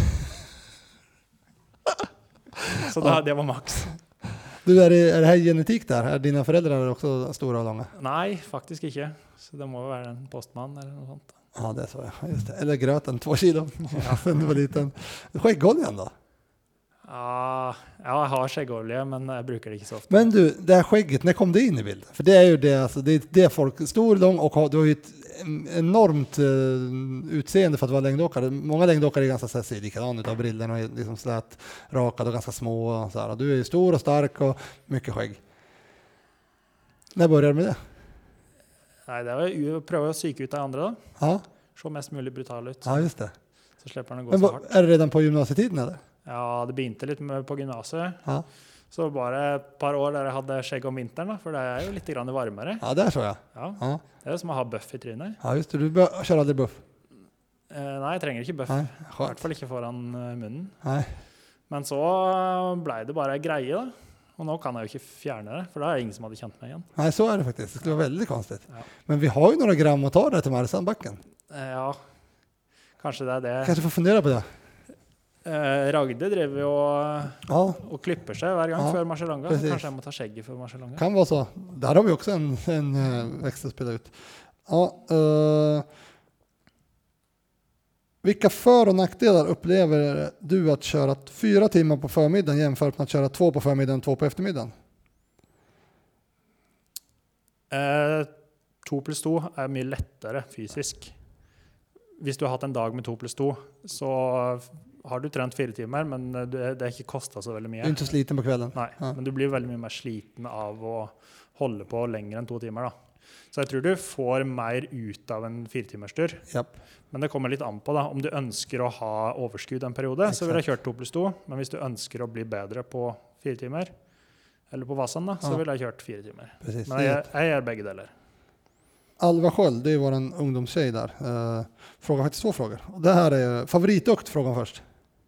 Så då hade jag var max. Du, är det här genetik där? Är dina föräldrar också stora och långa? Nej, faktiskt inte. Så det måste vara en postman eller något sånt. Ja, det är så. Just det. Eller gröten, 2 kilo. Ja, sen du var liten. Skäggoljan då? Ja, jag har skäggolja, men jag brukar det inte så ofta. Men du, det här skägget, när kom det in i bilden? För det är ju det, alltså, det är folk, stor, lång och du har ju ett enormt utseende för att vara längdåkare. Många längdåkare är ganska så här, ser likadana ut av brillen och är liksom slät, rakad och ganska små. Och så här. Du är ju stor och stark och mycket skägg. När började du med det? Nej, det var ju att pröva att psyka ut de andra då. Ja. Så mest möjligt brutal ut. Ja, just det. Så släpper den gå Men så hårt. är det redan på gymnasietiden eller? Ja, det begynte lite med på gymnasiet. Ja. Så bara ett par år där jag hade skägg om vintern då, för det är ju lite grann varmare. Ja, det är så ja. Ja. Det är som att ha buff i trynet. Ja, just det. Du kör aldrig buff? Nej, jag tränger inte buff. Nej, I hvert fall inte foran munnen. Nej. Men så blev det bara greie då. Och nu kan jag ju inte fjärna det, för då är det ingen som hade känt mig igen. Nej, så är det faktiskt. Det skulle vara väldigt konstigt. Ja. Men vi har ju några gram att ta där till Marsanbacken. Ja, kanske det är det. Kanske får fundera på det. Ragde drev ju och klipper sig varje gång för Marcialonga. Så kanske jag måste ta skägget för Marcialonga. Kan vara så. Där har vi också en växt att spela ut. Ja, vilka för- och nackdelar upplever du att köra 4 timmar på förmiddagen jämfört med att köra 2 på förmiddagen och 2 på eftermiddagen? 2 + 2 är mycket lättare fysiskt. Hvis du har haft en dag med 2 + 2 så har du tränat 4 timmar, men det är inte kostat så väldigt mycket. Du är inte sliten på kvällen? Nej, men du blir väldigt mycket mer sliten av att hålla på längre än 2 timmar då. Så jag tror du får mer ut av en 4-timmarstur. Japp. Men det kommer lite an på då. Om du önskar att ha överskudd en period så vill jag köra 2 + 2. Men om du önskar att bli bättre på 4 timmar eller på Vasan då, så vill jag kört 4 timmar. Precis. Men jag gör bägge delar. Alva Sköld, det är vår ungdomstjej där. Frågar faktiskt 2 frågor. Det här är favoritökt, frågan först.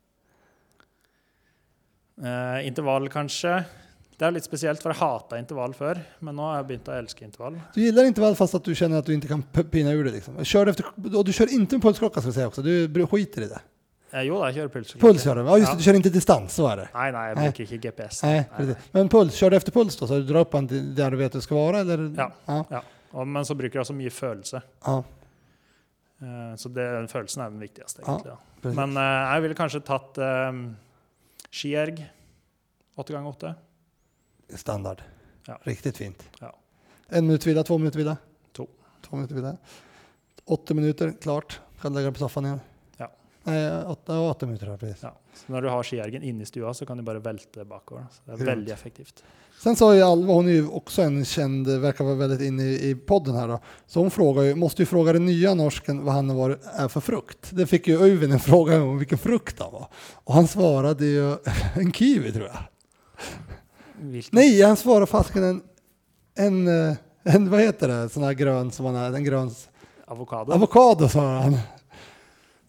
Intervall kanske. Det är lite speciellt för jag hatar intervall för, men nu har jag börjat att älska intervall. Du gillar intervall fast att du känner att du inte kan pina ur det liksom. Och du kör inte med pulsklocka ska jag säga också. Du skiter i det. Jo, jag kör puls. Puls kör du? Ja, just det. Du kör inte distans, så är det. Nej, jag brukar inte GPS. Nej, precis. Men puls, kör du efter puls då? Så du drar upp den där du vet att du ska vara? Eller? Ja. Men så brukar jag så mycket födelse. Ja. Så födelsen är den viktigaste egentligen. Ja, men jag ville kanske tagit skierg 8x8. Standard. Ja. Riktigt fint. Ja. 1 minut vila, 2 minuter vila? 2 minuter vila. 8 minuter, klart. Kan lägga dig på soffan igen? Ja. Nej, 8 minuter här, precis. Ja. Så när du har skiergen inne i stugan så kan du bara välta bakåt. Så det är väldigt effektivt. Sen sa ju Alva, hon är ju också en känd, verkar vara väldigt inne i podden här då. Så hon måste ju fråga den nya norsken vad han är för frukt. Det fick ju Öyvind en fråga om vilken frukt han var. Och han svarade ju en kiwi tror jag. Vilken? Nej, han svarade fasken en vad heter det, sån här grön som man är, en grön Avokado. Avokado sa han.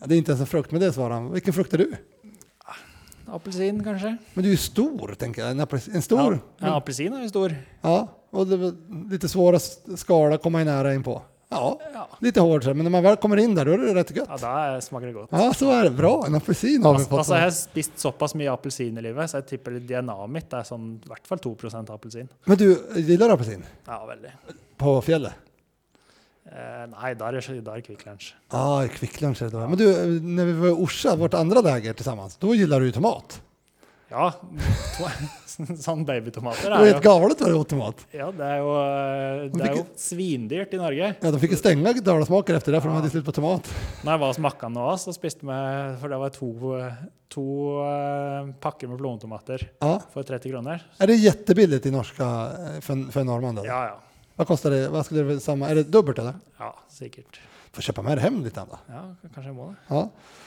Det är inte ens en frukt, men det svarar han. Vilken frukt är du? Apelsin kanske? Men du är ju stor, tänker jag. En stor? Ja, apelsin är ju stor. Ja, och det var lite svåra skala komma i nära in på. Ja, lite hårt, men när man väl kommer in där, då är det rätt gött. Ja, då smakar det gott. Ja, så är det. Bra, en apelsin har vi fått. Altså, jeg har spist såpass mye apelsin i livet, så jeg tipper DNA mitt er sånn, i hvert fall 2% apelsin. Men du, gillar du apelsin? Ja, veldig. På fjället? Nej, där är Quick Lunch. Ja, Quick Lunch är det då. Men du, när vi var i Orsa, vårt andra läger tillsammans, då gillar du ju tomat. Ja, sånn babytomater Det var helt galet vad du åt tomat. Ja, det är ju svindyrt i Norge. Ja, de fick ju stänga Dalasmaker efter det, för de hade slut på tomat. När jag var hos Mackan nå, så spiste vi, för det var två pakker med plommontomater för 30 kronor. Är det jättebilligt i norska för en norrman då? Ja. Vad kostar det? Vad skulle det samma? Är det dubbelt eller? Ja, säkert. Får köpa med det hem lite då. Ja, kanske jag må det. Ja.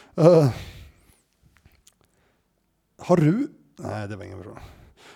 Har du? Nej, det var ingen fråga.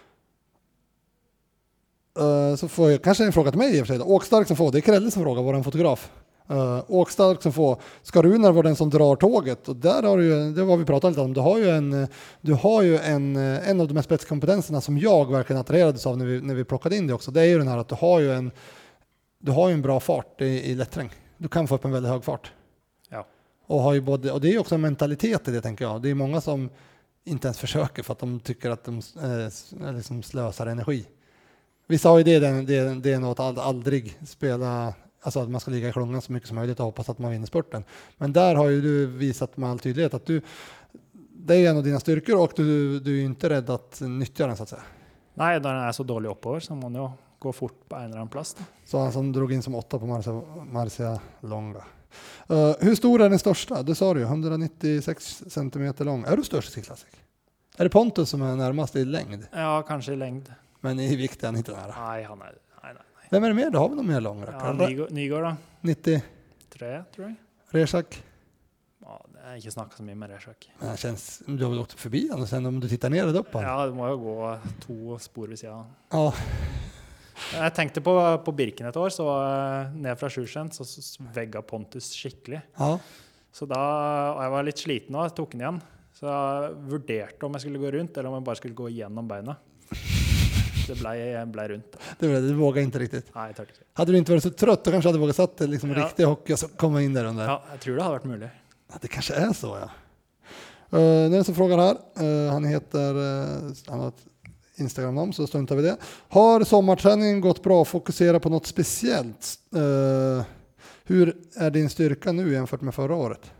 Så får jag kanske en fråga till mig i och för sig. Åkstark som får, det är Krelle som frågar, vår fotograf. Åkstark som får, ska Runar vara den som drar tåget? Och där har du ju, det var vi pratade lite om, du har ju en av de här spetskompetenserna som jag verkligen attraherades av när vi plockade in det också. Det är ju den här att du har ju en bra fart i lättterräng. Du kan få upp en väldigt hög fart. Ja. Och det är ju också en mentalitet i det, tänker jag. Det är många som inte ens försöker för att de tycker att de liksom slösar energi. Vissa har ju det är något att aldrig spela, alltså att man ska ligga i klungan så mycket som möjligt och hoppas att man vinner spurten. Men där har ju du visat med all tydlighet att det är en av dina styrkor och du är inte rädd att nyttja den så att säga. Nej, när den är så dålig uppåt så måste man ju gå fort på en eller annan plats. Så han som drog in som 8 på Marcia Longa. Hur stor är den största? Det sa du ju, 196 centimeter lång. Är du störst i Classic? Är det Pontus som är närmast i längd? Ja, kanske i längd. Men i vikt är han inte nära. Nej, han är... Nej. Vem är det mer? Då har vi någon mer lång. Ja, Nygård då? 93, tror jag. Reshak? Ja, det är inte snackat så mycket med Reshak. Det känns, du har åkt förbi han och sen om du tittar ner och upp han. Ja, det må ju gå 2 spår vid sidan. Ja. Jag tänkte på Birken ett år, så ner från Sjursen så vägga Pontus skickligt. Ja. Så då, och jag var lite sliten och tog den igen. Så jag vurderade om jag skulle gå runt eller om jag bara skulle gå igenom benen. Det blev runt. Du vågade inte riktigt. Nej, jag törde inte. Hade du inte varit så trött då kanske hade vågat satt liksom riktig hockey och så komma in där under. Ja, jag tror det hade varit möjligt. Ja, det kanske är så, ja. Det är en som frågar här. Han har ett Instagram-namn, så står inte vid det. Har sommarträningen gått bra? Fokusera på något speciellt. Hur är din styrka nu jämfört med förra året?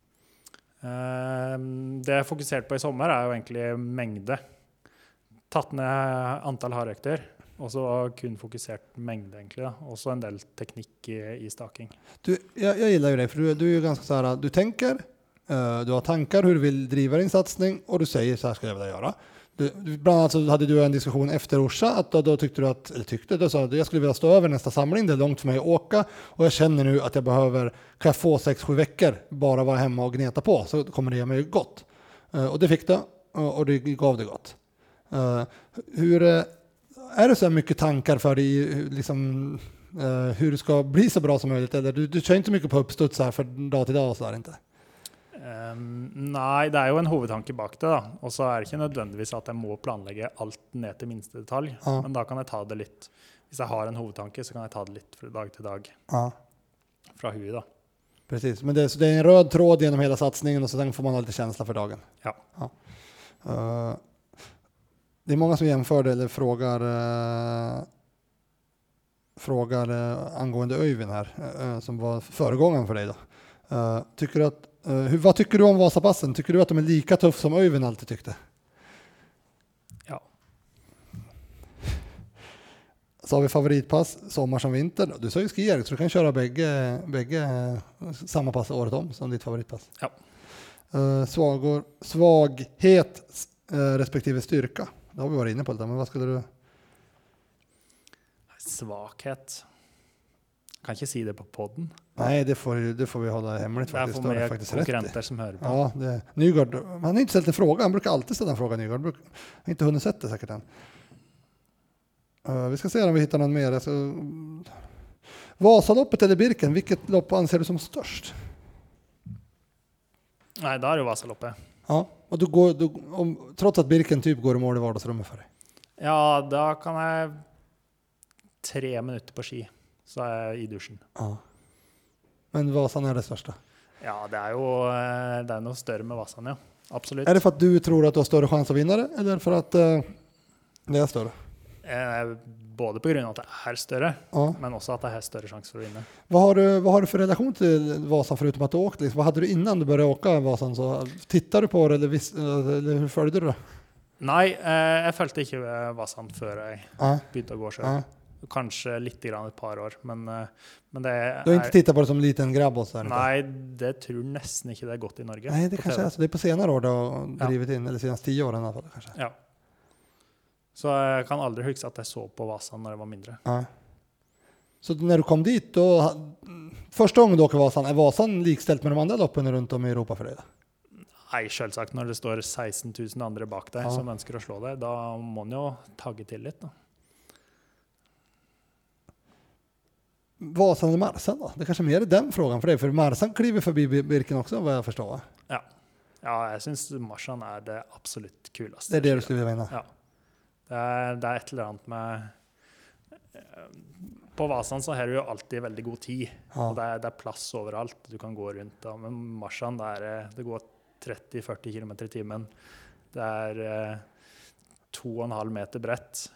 Det jag fokuserat på i sommar är ju egentligen mängde. Tatt ned antal hardøkter, och så kun fokusert mängd egentligen, och så en del teknik i staking. Jag gillar ju det, för du är ju ganska så här, du tänker, du har tankar hur du vill driva din satsning och du säger så här ska jag vilja göra. Bland annat så hade du en diskussion efter Orsa att då tyckte du du sa att jag skulle vilja stå över nästa samling, det är långt för mig att åka och jag känner nu att jag behöver, kan jag få 6-7 veckor bara vara hemma och gneta på så kommer det ge mig gott. Och det fick du och det gav det gott. Hur är det så mycket tankar för dig liksom, hur du ska bli så bra som möjligt, eller du kör inte mycket på uppstuds här för dag till dag och så där inte? Nej, det är ju en huvudtanke bak det då. Och så är det inte nödvändigtvis att jag må planlägga allt ner till minsta detalj. Ja. Men då kan jag ta det lite, hvis jag har en huvudtanke så kan jag ta det lite från dag till dag. Ja. Från huvudet då. Precis, men det är en röd tråd genom hela satsningen och så får man ha lite känsla för dagen. Ja. Det är många som jämför det eller frågar angående Öyvind här som var föregångaren för dig då. Vad tycker du om Vasapassen? Tycker du att de är lika tuff som Öyvind alltid tyckte? Ja. Så har vi favoritpass, sommar som vinter. Du sa ju skier, så du kan köra bägge samma pass året om som ditt favoritpass. Ja. Svaghet respektive styrka. Det har vi varit inne på det, men vad skulle du... Svaghet. Kan inte säga det på podden. Nej, det får vi hålla hemligt faktiskt. Det är faktiskt konkurrenter som hör på. Ja, Nygård, han har inte ställt en fråga. Han brukar alltid ställa en fråga, Nygård. Han har inte hunnit sätta det säkert än. Vi ska se om vi hittar någon mer. Alltså, Vasaloppet eller Birken, vilket lopp anser du som störst? Nej, där är det Vasaloppet. Ja, och trots att Birken typ går i mål i vardagsrummet för dig. Ja, då kan jag 3 minuter på ski så är jag i duschen. Ja. Men Vasan är det största? Ja, det är nog större med Vasan, ja. Absolut. Är det för att du tror att du har större chans att vinna det eller för att det är större? Både på grund av att det är större, men också att det är större chans för att vinna. Vad har du för relation till Vasan förutom att du åkte? Liksom? Vad hade du innan du började åka Vasan? Så tittade du på det eller hur följde du det? Nej, jag följde inte Vasan före jag började gå själv. Kanske lite grann ett par år, men det du har inte tittat på det som liten grabb och så här? Nej, det tror nästan inte det är gott i Norge. Nej, det kanske är så. Det är på senare år du har drivit in, eller senaste 10 åren i alla fall kanske. Ja. Så jag kan aldrig huska att jag såg på Vasan när det var mindre. Ja. Så när du kom dit då, första gången du åker Vasan, är Vasan likställt med de andra loppen runt om i Europa för dig då? Nej, självsagt när det står 16 000 andra bak dig som önskar att slå dig, då må man ju tagga till lite då. Vasan eller Marsan då? Det kanske mer är den frågan för dig, för Marsan kliver förbi Birken också vad jag förstår. Ja, jag syns Marsan är det absolut kulaste. Det är det du skulle vilja vinna? Ja. Det är ett eller annat med... På Vasan så har du ju alltid väldigt god tid. Och det är plats överallt. Du kan gå runt. Men Marsan, det går 30-40 km i timmen. Det är 2,5 meter brett.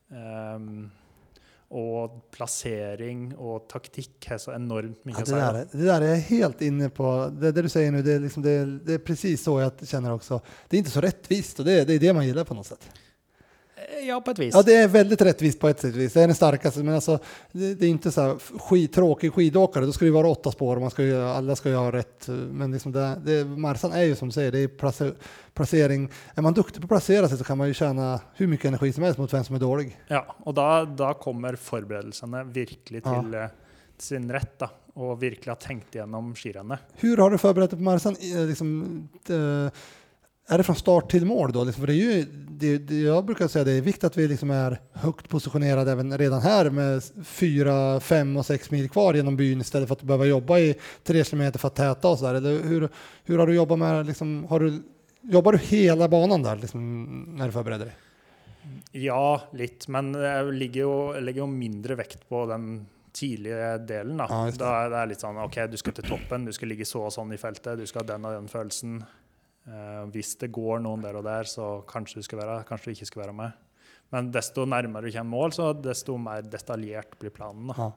Och placering och taktik är så enormt mycket. Det där är jag helt inne på. Det du säger nu, det är precis så jag känner också. Det är inte så rättvist och det är det man gillar på något sätt. Ja, på ett vis. Ja, det är väldigt rättvist på ett sätt. Det är den starkaste, men alltså, det är inte så här tråkig skidåkare. Då ska det vara 8 spår och alla ska ju ha rätt. Men liksom Marsan är ju som du säger, det är placering. Är man duktig på att placera sig så kan man ju tjäna hur mycket energi som helst mot vem som är dålig. Ja, och då kommer förberedelserna verkligen till sin rätt då, och verkligen har tänkt igenom skirennet. Hur har du förberett dig på Marsan? Är det från start till mål då? För det är ju, jag brukar säga det är viktigt att vi liksom är högt positionerade även redan här med 4, 5 och 6 mil kvar genom byn istället för att behöva jobba i 3 kilometer för att täta och så där. Eller hur har du jobbat med liksom, jobbar du hela banan där liksom, när du förbereder dig? Ja, lite, men jag lägger ju mindre vikt på den tidiga delen då. Ja, det är lite sån okej, du ska till toppen, du ska ligga så och sån i fältet, du ska ha den och den känslan. Hvis det går någon där och där så kanske du inte ska vara med. Men desto närmare du kommer mål så desto mer detaljerat blir planen. Ja.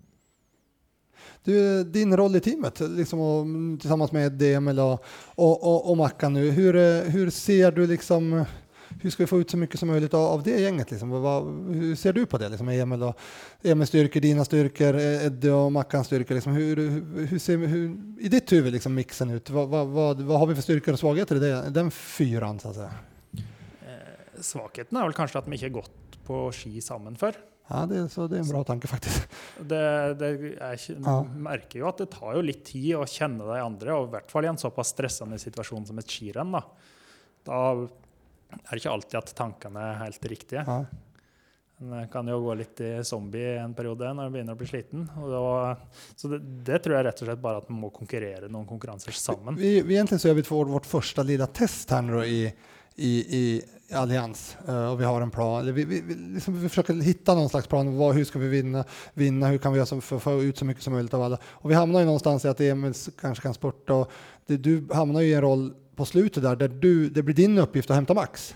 Du, din roll i teamet liksom, tillsammans med Emil och Mackan nu. Hur ser du liksom, hur ska vi få ut så mycket som möjligt av det gänget liksom? Hur ser du på det liksom, Emils styrkor, dina styrkor, Eddie och Mackans styrkor liksom, hur ser i ditt huvud liksom mixen ut? Vad har vi för styrkor och svagheter i den fyran så att säga? Svagheten är väl kanske att de inte gått på ski samman för. Ja, det är en bra tanke faktiskt. Jag märker ju att det tar ju lite tid att känna de andra, och i hvert fall i en så pass stressande situation som ett skirenn då är det inte alltid att tankarna är helt riktiga. Ja. Man kan ju gå lite i zombie en period när man börjar bli sliten. Så det tror jag rätt och slett bara att man må konkurrera någon konkurrenser samman. Vi egentligen så gör vi vårt första lilla test här nu då i Allians. Och vi har en plan. Vi försöker hitta någon slags plan. Hur ska vi vinna? Hur kan vi göra för att få ut så mycket som möjligt av alla? Och vi hamnar ju någonstans i att Emil kanske kan spurta. Och du hamnar ju i en roll på slutet där det blir din uppgift att hämta max.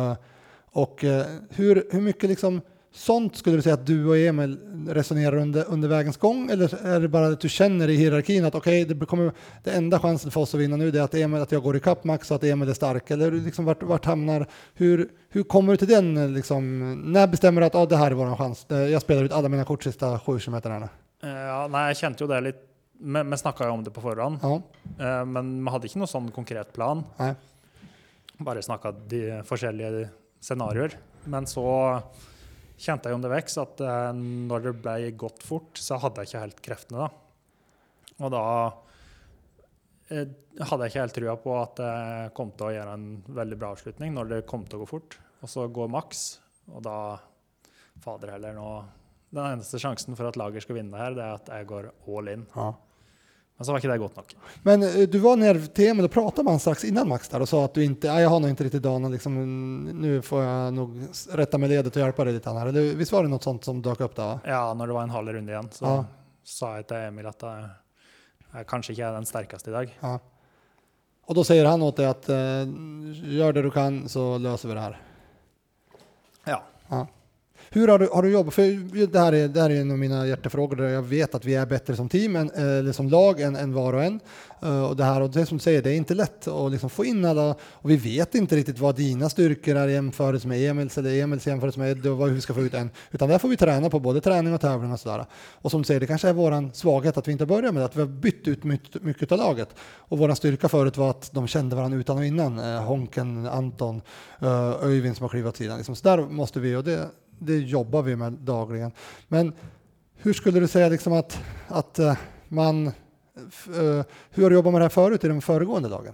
Hur mycket liksom sånt skulle du säga att du och Emil resonerar under vägens gång, eller är det bara att du känner i hierarkin att det enda chansen för oss att vinna nu är att jag går i kapp max och att Emil är stark, eller liksom vart hamnar, hur kommer du till den liksom, när bestämmer du att det här är våran chans, jag spelar ut alla mina kort sista 7 kilometerna? Nej, jag kände ju det lite. Men snackade om det på förhand. Ja. Men man hade inte någon sån konkret plan. Nej. Bara snackade de olika scenarier. Men så kände jag undervägs att när det blev gått fort så hade jag inte helt krafterna då. Och då hade jag inte helt trua på att det kom att göra en väldigt bra avslutning när det kom att gå fort. Och så går max, och då fader heller nå. Den enda chansen för att laget ska vinna här, det är att jag går all in. Ja. Men så var inte det gott nog. Men du var ner till Emil och pratade med han strax innan Max där och sa att du inte, jag har nog inte riktigt dagen liksom, nu får jag nog rätta med ledet och hjälpa dig lite här. Eller visst var det något sånt som dök upp där, va? Ja, när det var en halv runda igen så sa jag till Emil att jag kanske inte är den starkaste idag. Ja. Och då säger han åt dig att gör det du kan så löser vi det här. Ja. Hur har du jobbat? För det här är en av mina hjärtefrågor där jag vet att vi är bättre som team eller som lag än var och en. Och det som du säger, det är inte lätt att liksom få in alla, och vi vet inte riktigt vad dina styrkor är jämförelse med Emils eller Emils jämförelse med Ed och hur vi ska få ut en. Utan där får vi träna på både träning och tävling och sådär. Och som du säger, det kanske är våran svaghet att vi inte börjar med det, att vi har bytt ut mycket av laget. Och våran styrka förut var att de kände varandra utan och innan. Honken, Anton, Öyvind som har klivit åt sidan. Liksom. Så där måste vi, och det jobbar vi med dagligen. Men hur skulle du säga liksom att man hur har du jobbat med det här förut i de föregående dagen?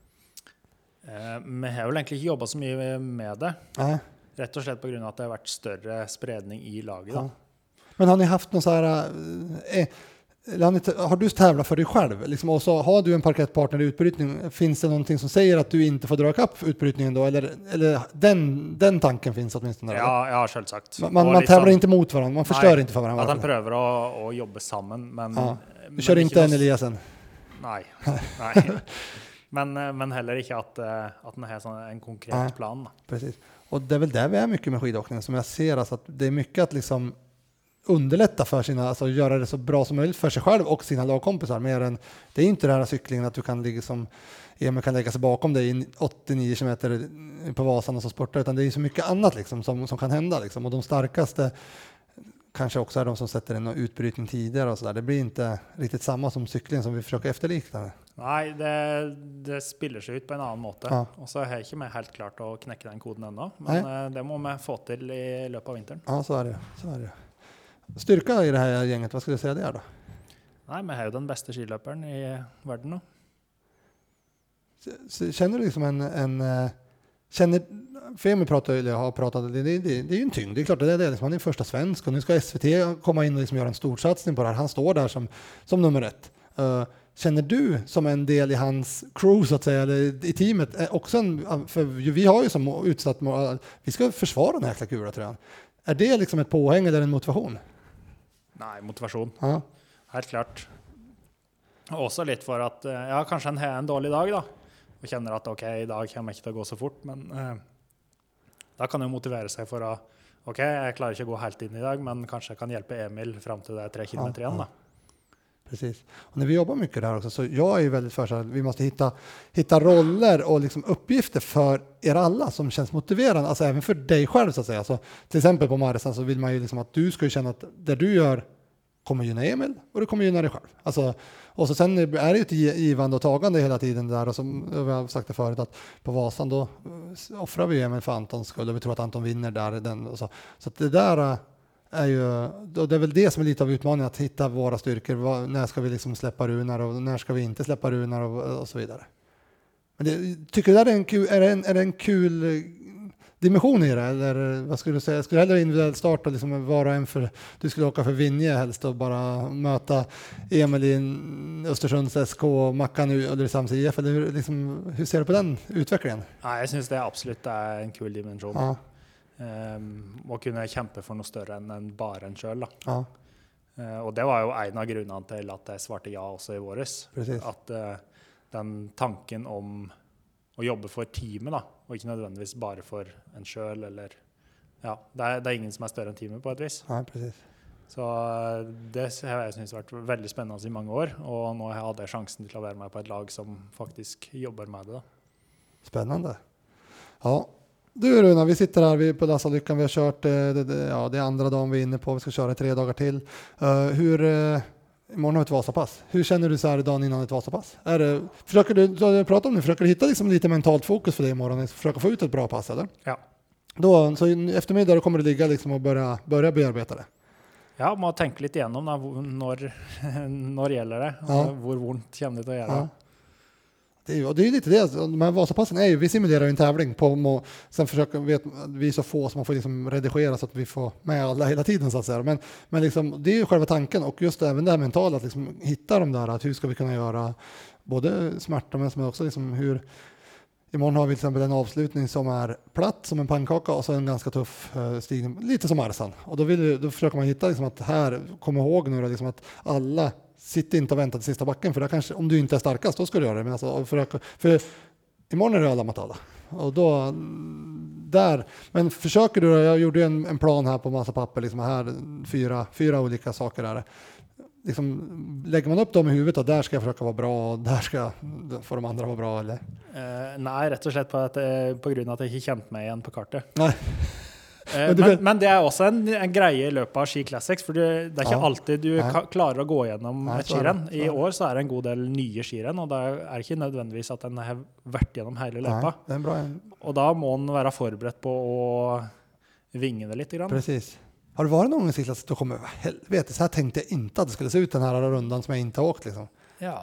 Vi har väl egentligen inte jobbat så mycket med det. Rätt och slett på grund av att det har varit större spridning i laget. Ja. Men har ni haft någon så här har du tävlat för dig själv? Liksom, och så har du en parkettpartner i utbrytning, finns det någonting som säger att du inte får dra upp utbrytningen då? Eller den tanken finns åtminstone? Ja, självsagt. Man tävlar inte mot varandra, man förstör inte för varandra. Att han prövar att jobba samman. Men, du kör inte en Eliasen? Nej. men heller inte att den har en konkret plan. Precis. Och det är väl där vi är mycket med skidåkningen som jag ser. Alltså att det är mycket att liksom underlätta för sina, alltså göra det så bra som möjligt för sig själv och sina lagkompisar. Mer än, det är inte den här cyklingen att du kan ligga som Emil kan lägga sig bakom dig i 89 kilometer på Vasan och så sporta, utan det är så mycket annat liksom som kan hända liksom. Och de starkaste kanske också är de som sätter en utbrytning tidigare och så där. Det blir inte riktigt samma som cyklingen som vi försöker efterlikna. Nej, det spiller sig ut på en annan måte. Och så har jag inte med helt klart att knäcka den koden ännu. Men det må man få till i löpet av vintern. Ja, så är det. Styrka i det här gänget, vad skulle du säga det är då? Nej, men jag är ju den bästa skilöparen i världen nu. Känner du liksom för Emil har pratat, det är ju en tyngd, det är klart det är det, liksom, han är första svensk och nu ska SVT komma in och liksom göra en storsatsning på det här, han står där som nummer 1. Känner du som en del i hans crew så att säga, eller i teamet, också för vi har ju som utsatt mål, vi ska försvara den här jäkla kulan tror jag. Är det liksom ett påhäng eller en motivation? Nej, motivation. Helt klart. Också lite för att kanske han har en dålig dag då. Och känner att okej, idag kan jag inte gå så fort, men då kan jag motivera sig för att jag klarar inte att gå helt in idag, men kanske jag kan hjälpa Emil fram till det är 3 kilometer igen då. Precis. Och när vi jobbar mycket där också, så jag är ju väldigt för att vi måste hitta roller och liksom uppgifter för er alla som känns motiverande, alltså även för dig själv så att säga. Så till exempel på Marsan så vill man ju liksom att du ska känna att det du gör kommer gynna Emil och det kommer gynna dig själv. Alltså, och så sen är det ju ett givande och tagande hela tiden där, och som vi har sagt det förut att på Vasan då offrar vi Emil för Antons skull och vi tror att Anton vinner där. Så att det där är ju, det är väl det som är lite av utmaningen, att hitta våra styrkor. När ska vi liksom släppa Runar och när ska vi inte släppa Runar och så vidare. Men tycker du det är en kul dimension i det, eller vad skulle du säga? Skulle du hellre individuellt starta liksom vara en för, du skulle åka för Vinje helst och bara möta Emil i Östersunds SK och Mackan i Ulricehamns IF, eller hur ser du på den utvecklingen? Ja, jag syns det absolut är en kul dimension. Och kunna kämpa för något större än bara en själv. Och det var ju en av grunderna till att jag svarade ja också i våres. Att den tanken om att jobba för teamet då, och inte nödvändigtvis bara för en själv, eller det är ingen som är större än teamet på ett vis. Precis. Så det har jag syns varit väldigt spännande i många år, och nu hade jag chansen till att vara med på ett lag som faktiskt jobbar med det. Spännande. Ja. Du Runa, vi sitter här på Lassalyckan, vi har kört det är andra dagen vi är inne på, vi ska köra 3 dagar till. Imorgon har vi ett Vasapass. Hur känner du så här dagen innan ett Vasapass? Försöker du hitta liksom lite mentalt fokus för dig imorgon, försöka få ut ett bra pass, eller? Ja. Då, så i eftermiddag då kommer du ligga liksom och börja bearbeta det? Ja, man tänker lite igenom när gäller det, och hur ont kommer det att göra. Det är ju lite det. De här Vasapassen vi simulerar ju en tävling sen försöker vi är så få som man får liksom redigera så att vi får med alla hela tiden så att säga. Men liksom, det är ju själva tanken och just även det här mentala att liksom hitta de där, att hur ska vi kunna göra både smärta men också liksom hur. Imorgon har vi till exempel en avslutning som är platt som en pannkaka och så en ganska tuff stigning, lite som Marsan. Och då försöker man hitta liksom att här, kom ihåg nu liksom att alla sitter inte och väntar till sista backen, för där kanske, om du inte är starkast, då ska du göra det. Men alltså, för imorgon är det alla mot alla. Och då, men försöker du, jag gjorde en plan här på massa papper, liksom här fyra olika saker där. Liksom, lägger man upp dem i huvudet och där ska jag försöka vara bra och där får de andra vara bra, eller? Nej, rätt och slett på grund av att jag inte känt mig igen på kartet. Nej. Men det är också en grej i löpet av Ski Classics, för det är inte alltid du klarar att gå igenom ett skirenn. I år så är det en god del nya skirenn, och det är inte nödvändigtvis att den har varit genom hela löpet. Det är bra. Och då må man vara förberedd på att vinga det lite grann. Precis. Har det varit någon gång i Classics då kommer helvete, så här tänkte jag inte att det skulle se ut den här rundan som jag inte har åkt liksom. Ja,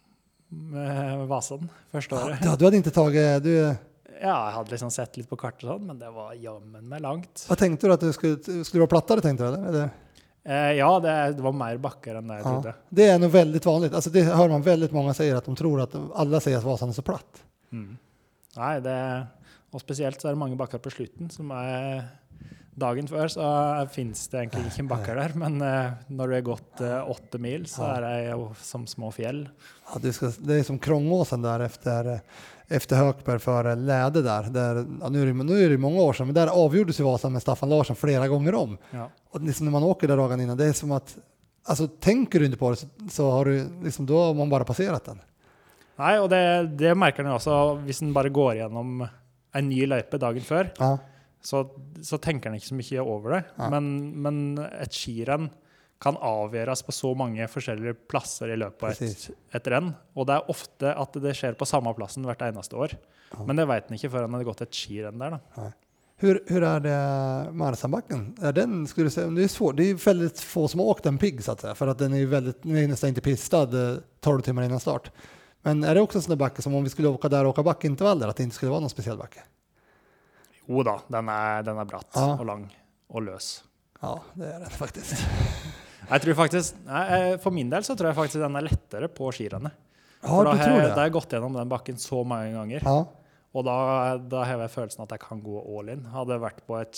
med Vasan första året. Du hade inte tagit... Ja, jag hade liksom sett lite på kartan och sånt, men det var jammen med långt. Vad tänkte du att du skulle vara plattare, tänkte du eller? Ja, det var mer backar än det jag trodde. Det är nog väldigt vanligt. Alltså det hör man väldigt många säger, att de tror att alla säger att Vasan är så platt. Mm. Nej, och speciellt så är det många backar på slutet som är dagen för, så finns det egentligen inte en backar där, men när du har gått 8 mil så är det ju som små fjäll. Ja, det är som Krångåsen där efter Hökberg för Läde där nu är det många år sedan, men där avgjordes ju Vasan med Staffan Larsson flera gånger om. Ja. Och liksom när man åker där dagen innan, det är som att, alltså tänker du inte på det så har du liksom, då har man bara passerat den. Nej, och det märker ni också, om man bara går igenom en ny löjpe dagen för. Ja. Så tänker han inte så mycket över det. Ja. Men ett skirenn kan avgöras på så många olika platser i löpet av ett renn. Och det är ofta att det sker på samma platsen vart eneste år. Ja. Men det vet ni inte förrän det har gått ett skirenn där. Då. Ja. Hur är det Marsanbacken? Skulle du säga, det är svårt. Det är väldigt få som har åkt en pigg så att säga. För att den är nästan inte pistad 12 timmar innan start. Men är det också en sån där backe som om vi skulle åka där och åka backintervaller, att det inte skulle vara någon speciell backe? Jo då, den är bratt och lång och lös. Ja, det är den faktiskt. Jag tror faktiskt, för min del så tror jag faktiskt den är lättare på skirennet. Ja, för då har jag gått igenom den backen så många gånger. Ja. Och då har jag känslan att jag kan gå all in. Hade jag varit på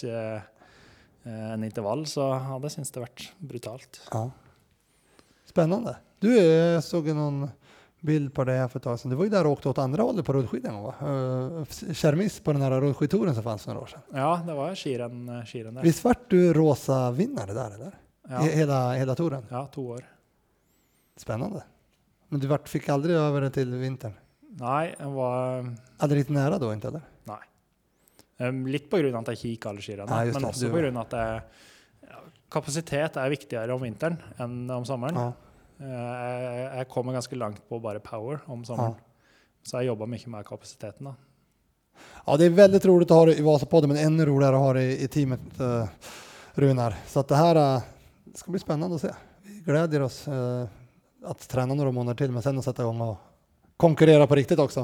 en intervall så hade jag syns det varit brutalt. Ja. Spännande. Du såg någon bild på det här för ett tag sedan. Du var ju där och åkte åt andra hållet på rullskidan, va? Kärmis på den här rullskidtouren som fanns för några år sedan. Ja, det var skiren där. Visst vart du rosa vinnare där, eller? Ja. Hela touren? Ja, 2 år. Spännande. Men du fick aldrig över det till vintern? Nej, jag var... Aldrig riktigt nära då, inte eller? Nej. Lite på grund av att jag gick alla skirarna, men också på grund av att kapacitet är viktigare om vintern än om sommaren. Ja. Jag kommer ganska långt på bara power om sommaren. Ja. Så jag jobbar mycket med kapaciteten då. Ja, det är väldigt roligt att ha det i Vasapodden, men ännu roligare att ha det i teamet Runar. Så att det här ska bli spännande att se. Vi glädjer oss att träna några månader till, men sen att sätta igång och konkurrera på riktigt också.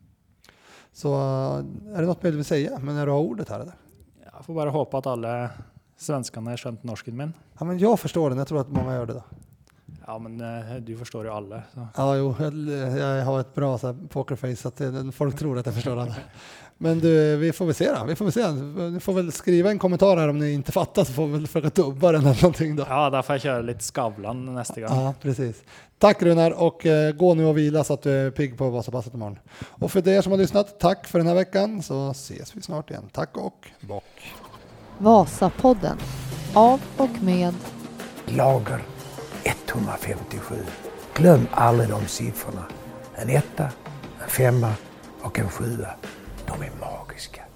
Så är det något mer du vill säga? Men när du har ordet här eller? Jag får bara hoppa att alla svenskarna har skönt norsken min. Ja, men jag förstår den. Jag tror att många gör det då. Ja, men du förstår ju alla. Så. Ja, jo, jag har ett bra pokerface så att folk tror att jag förstår alla. Men du, vi får väl se då. Ni får väl skriva en kommentar här om ni inte fattar, så får vi väl försöka dubba den eller någonting då. Ja, där får jag köra lite Skavlan nästa gång. Ja, precis. Tack Runar, och gå nu och vila så att du är pigg på Vasapasset imorgon. Och för er som har lyssnat, tack för den här veckan, så ses vi snart igen. Tack och bock. Vasapodden, av och med Lager 157. Glöm aldrig de siffrorna. En 1, en 5 och en 7. De är magiska.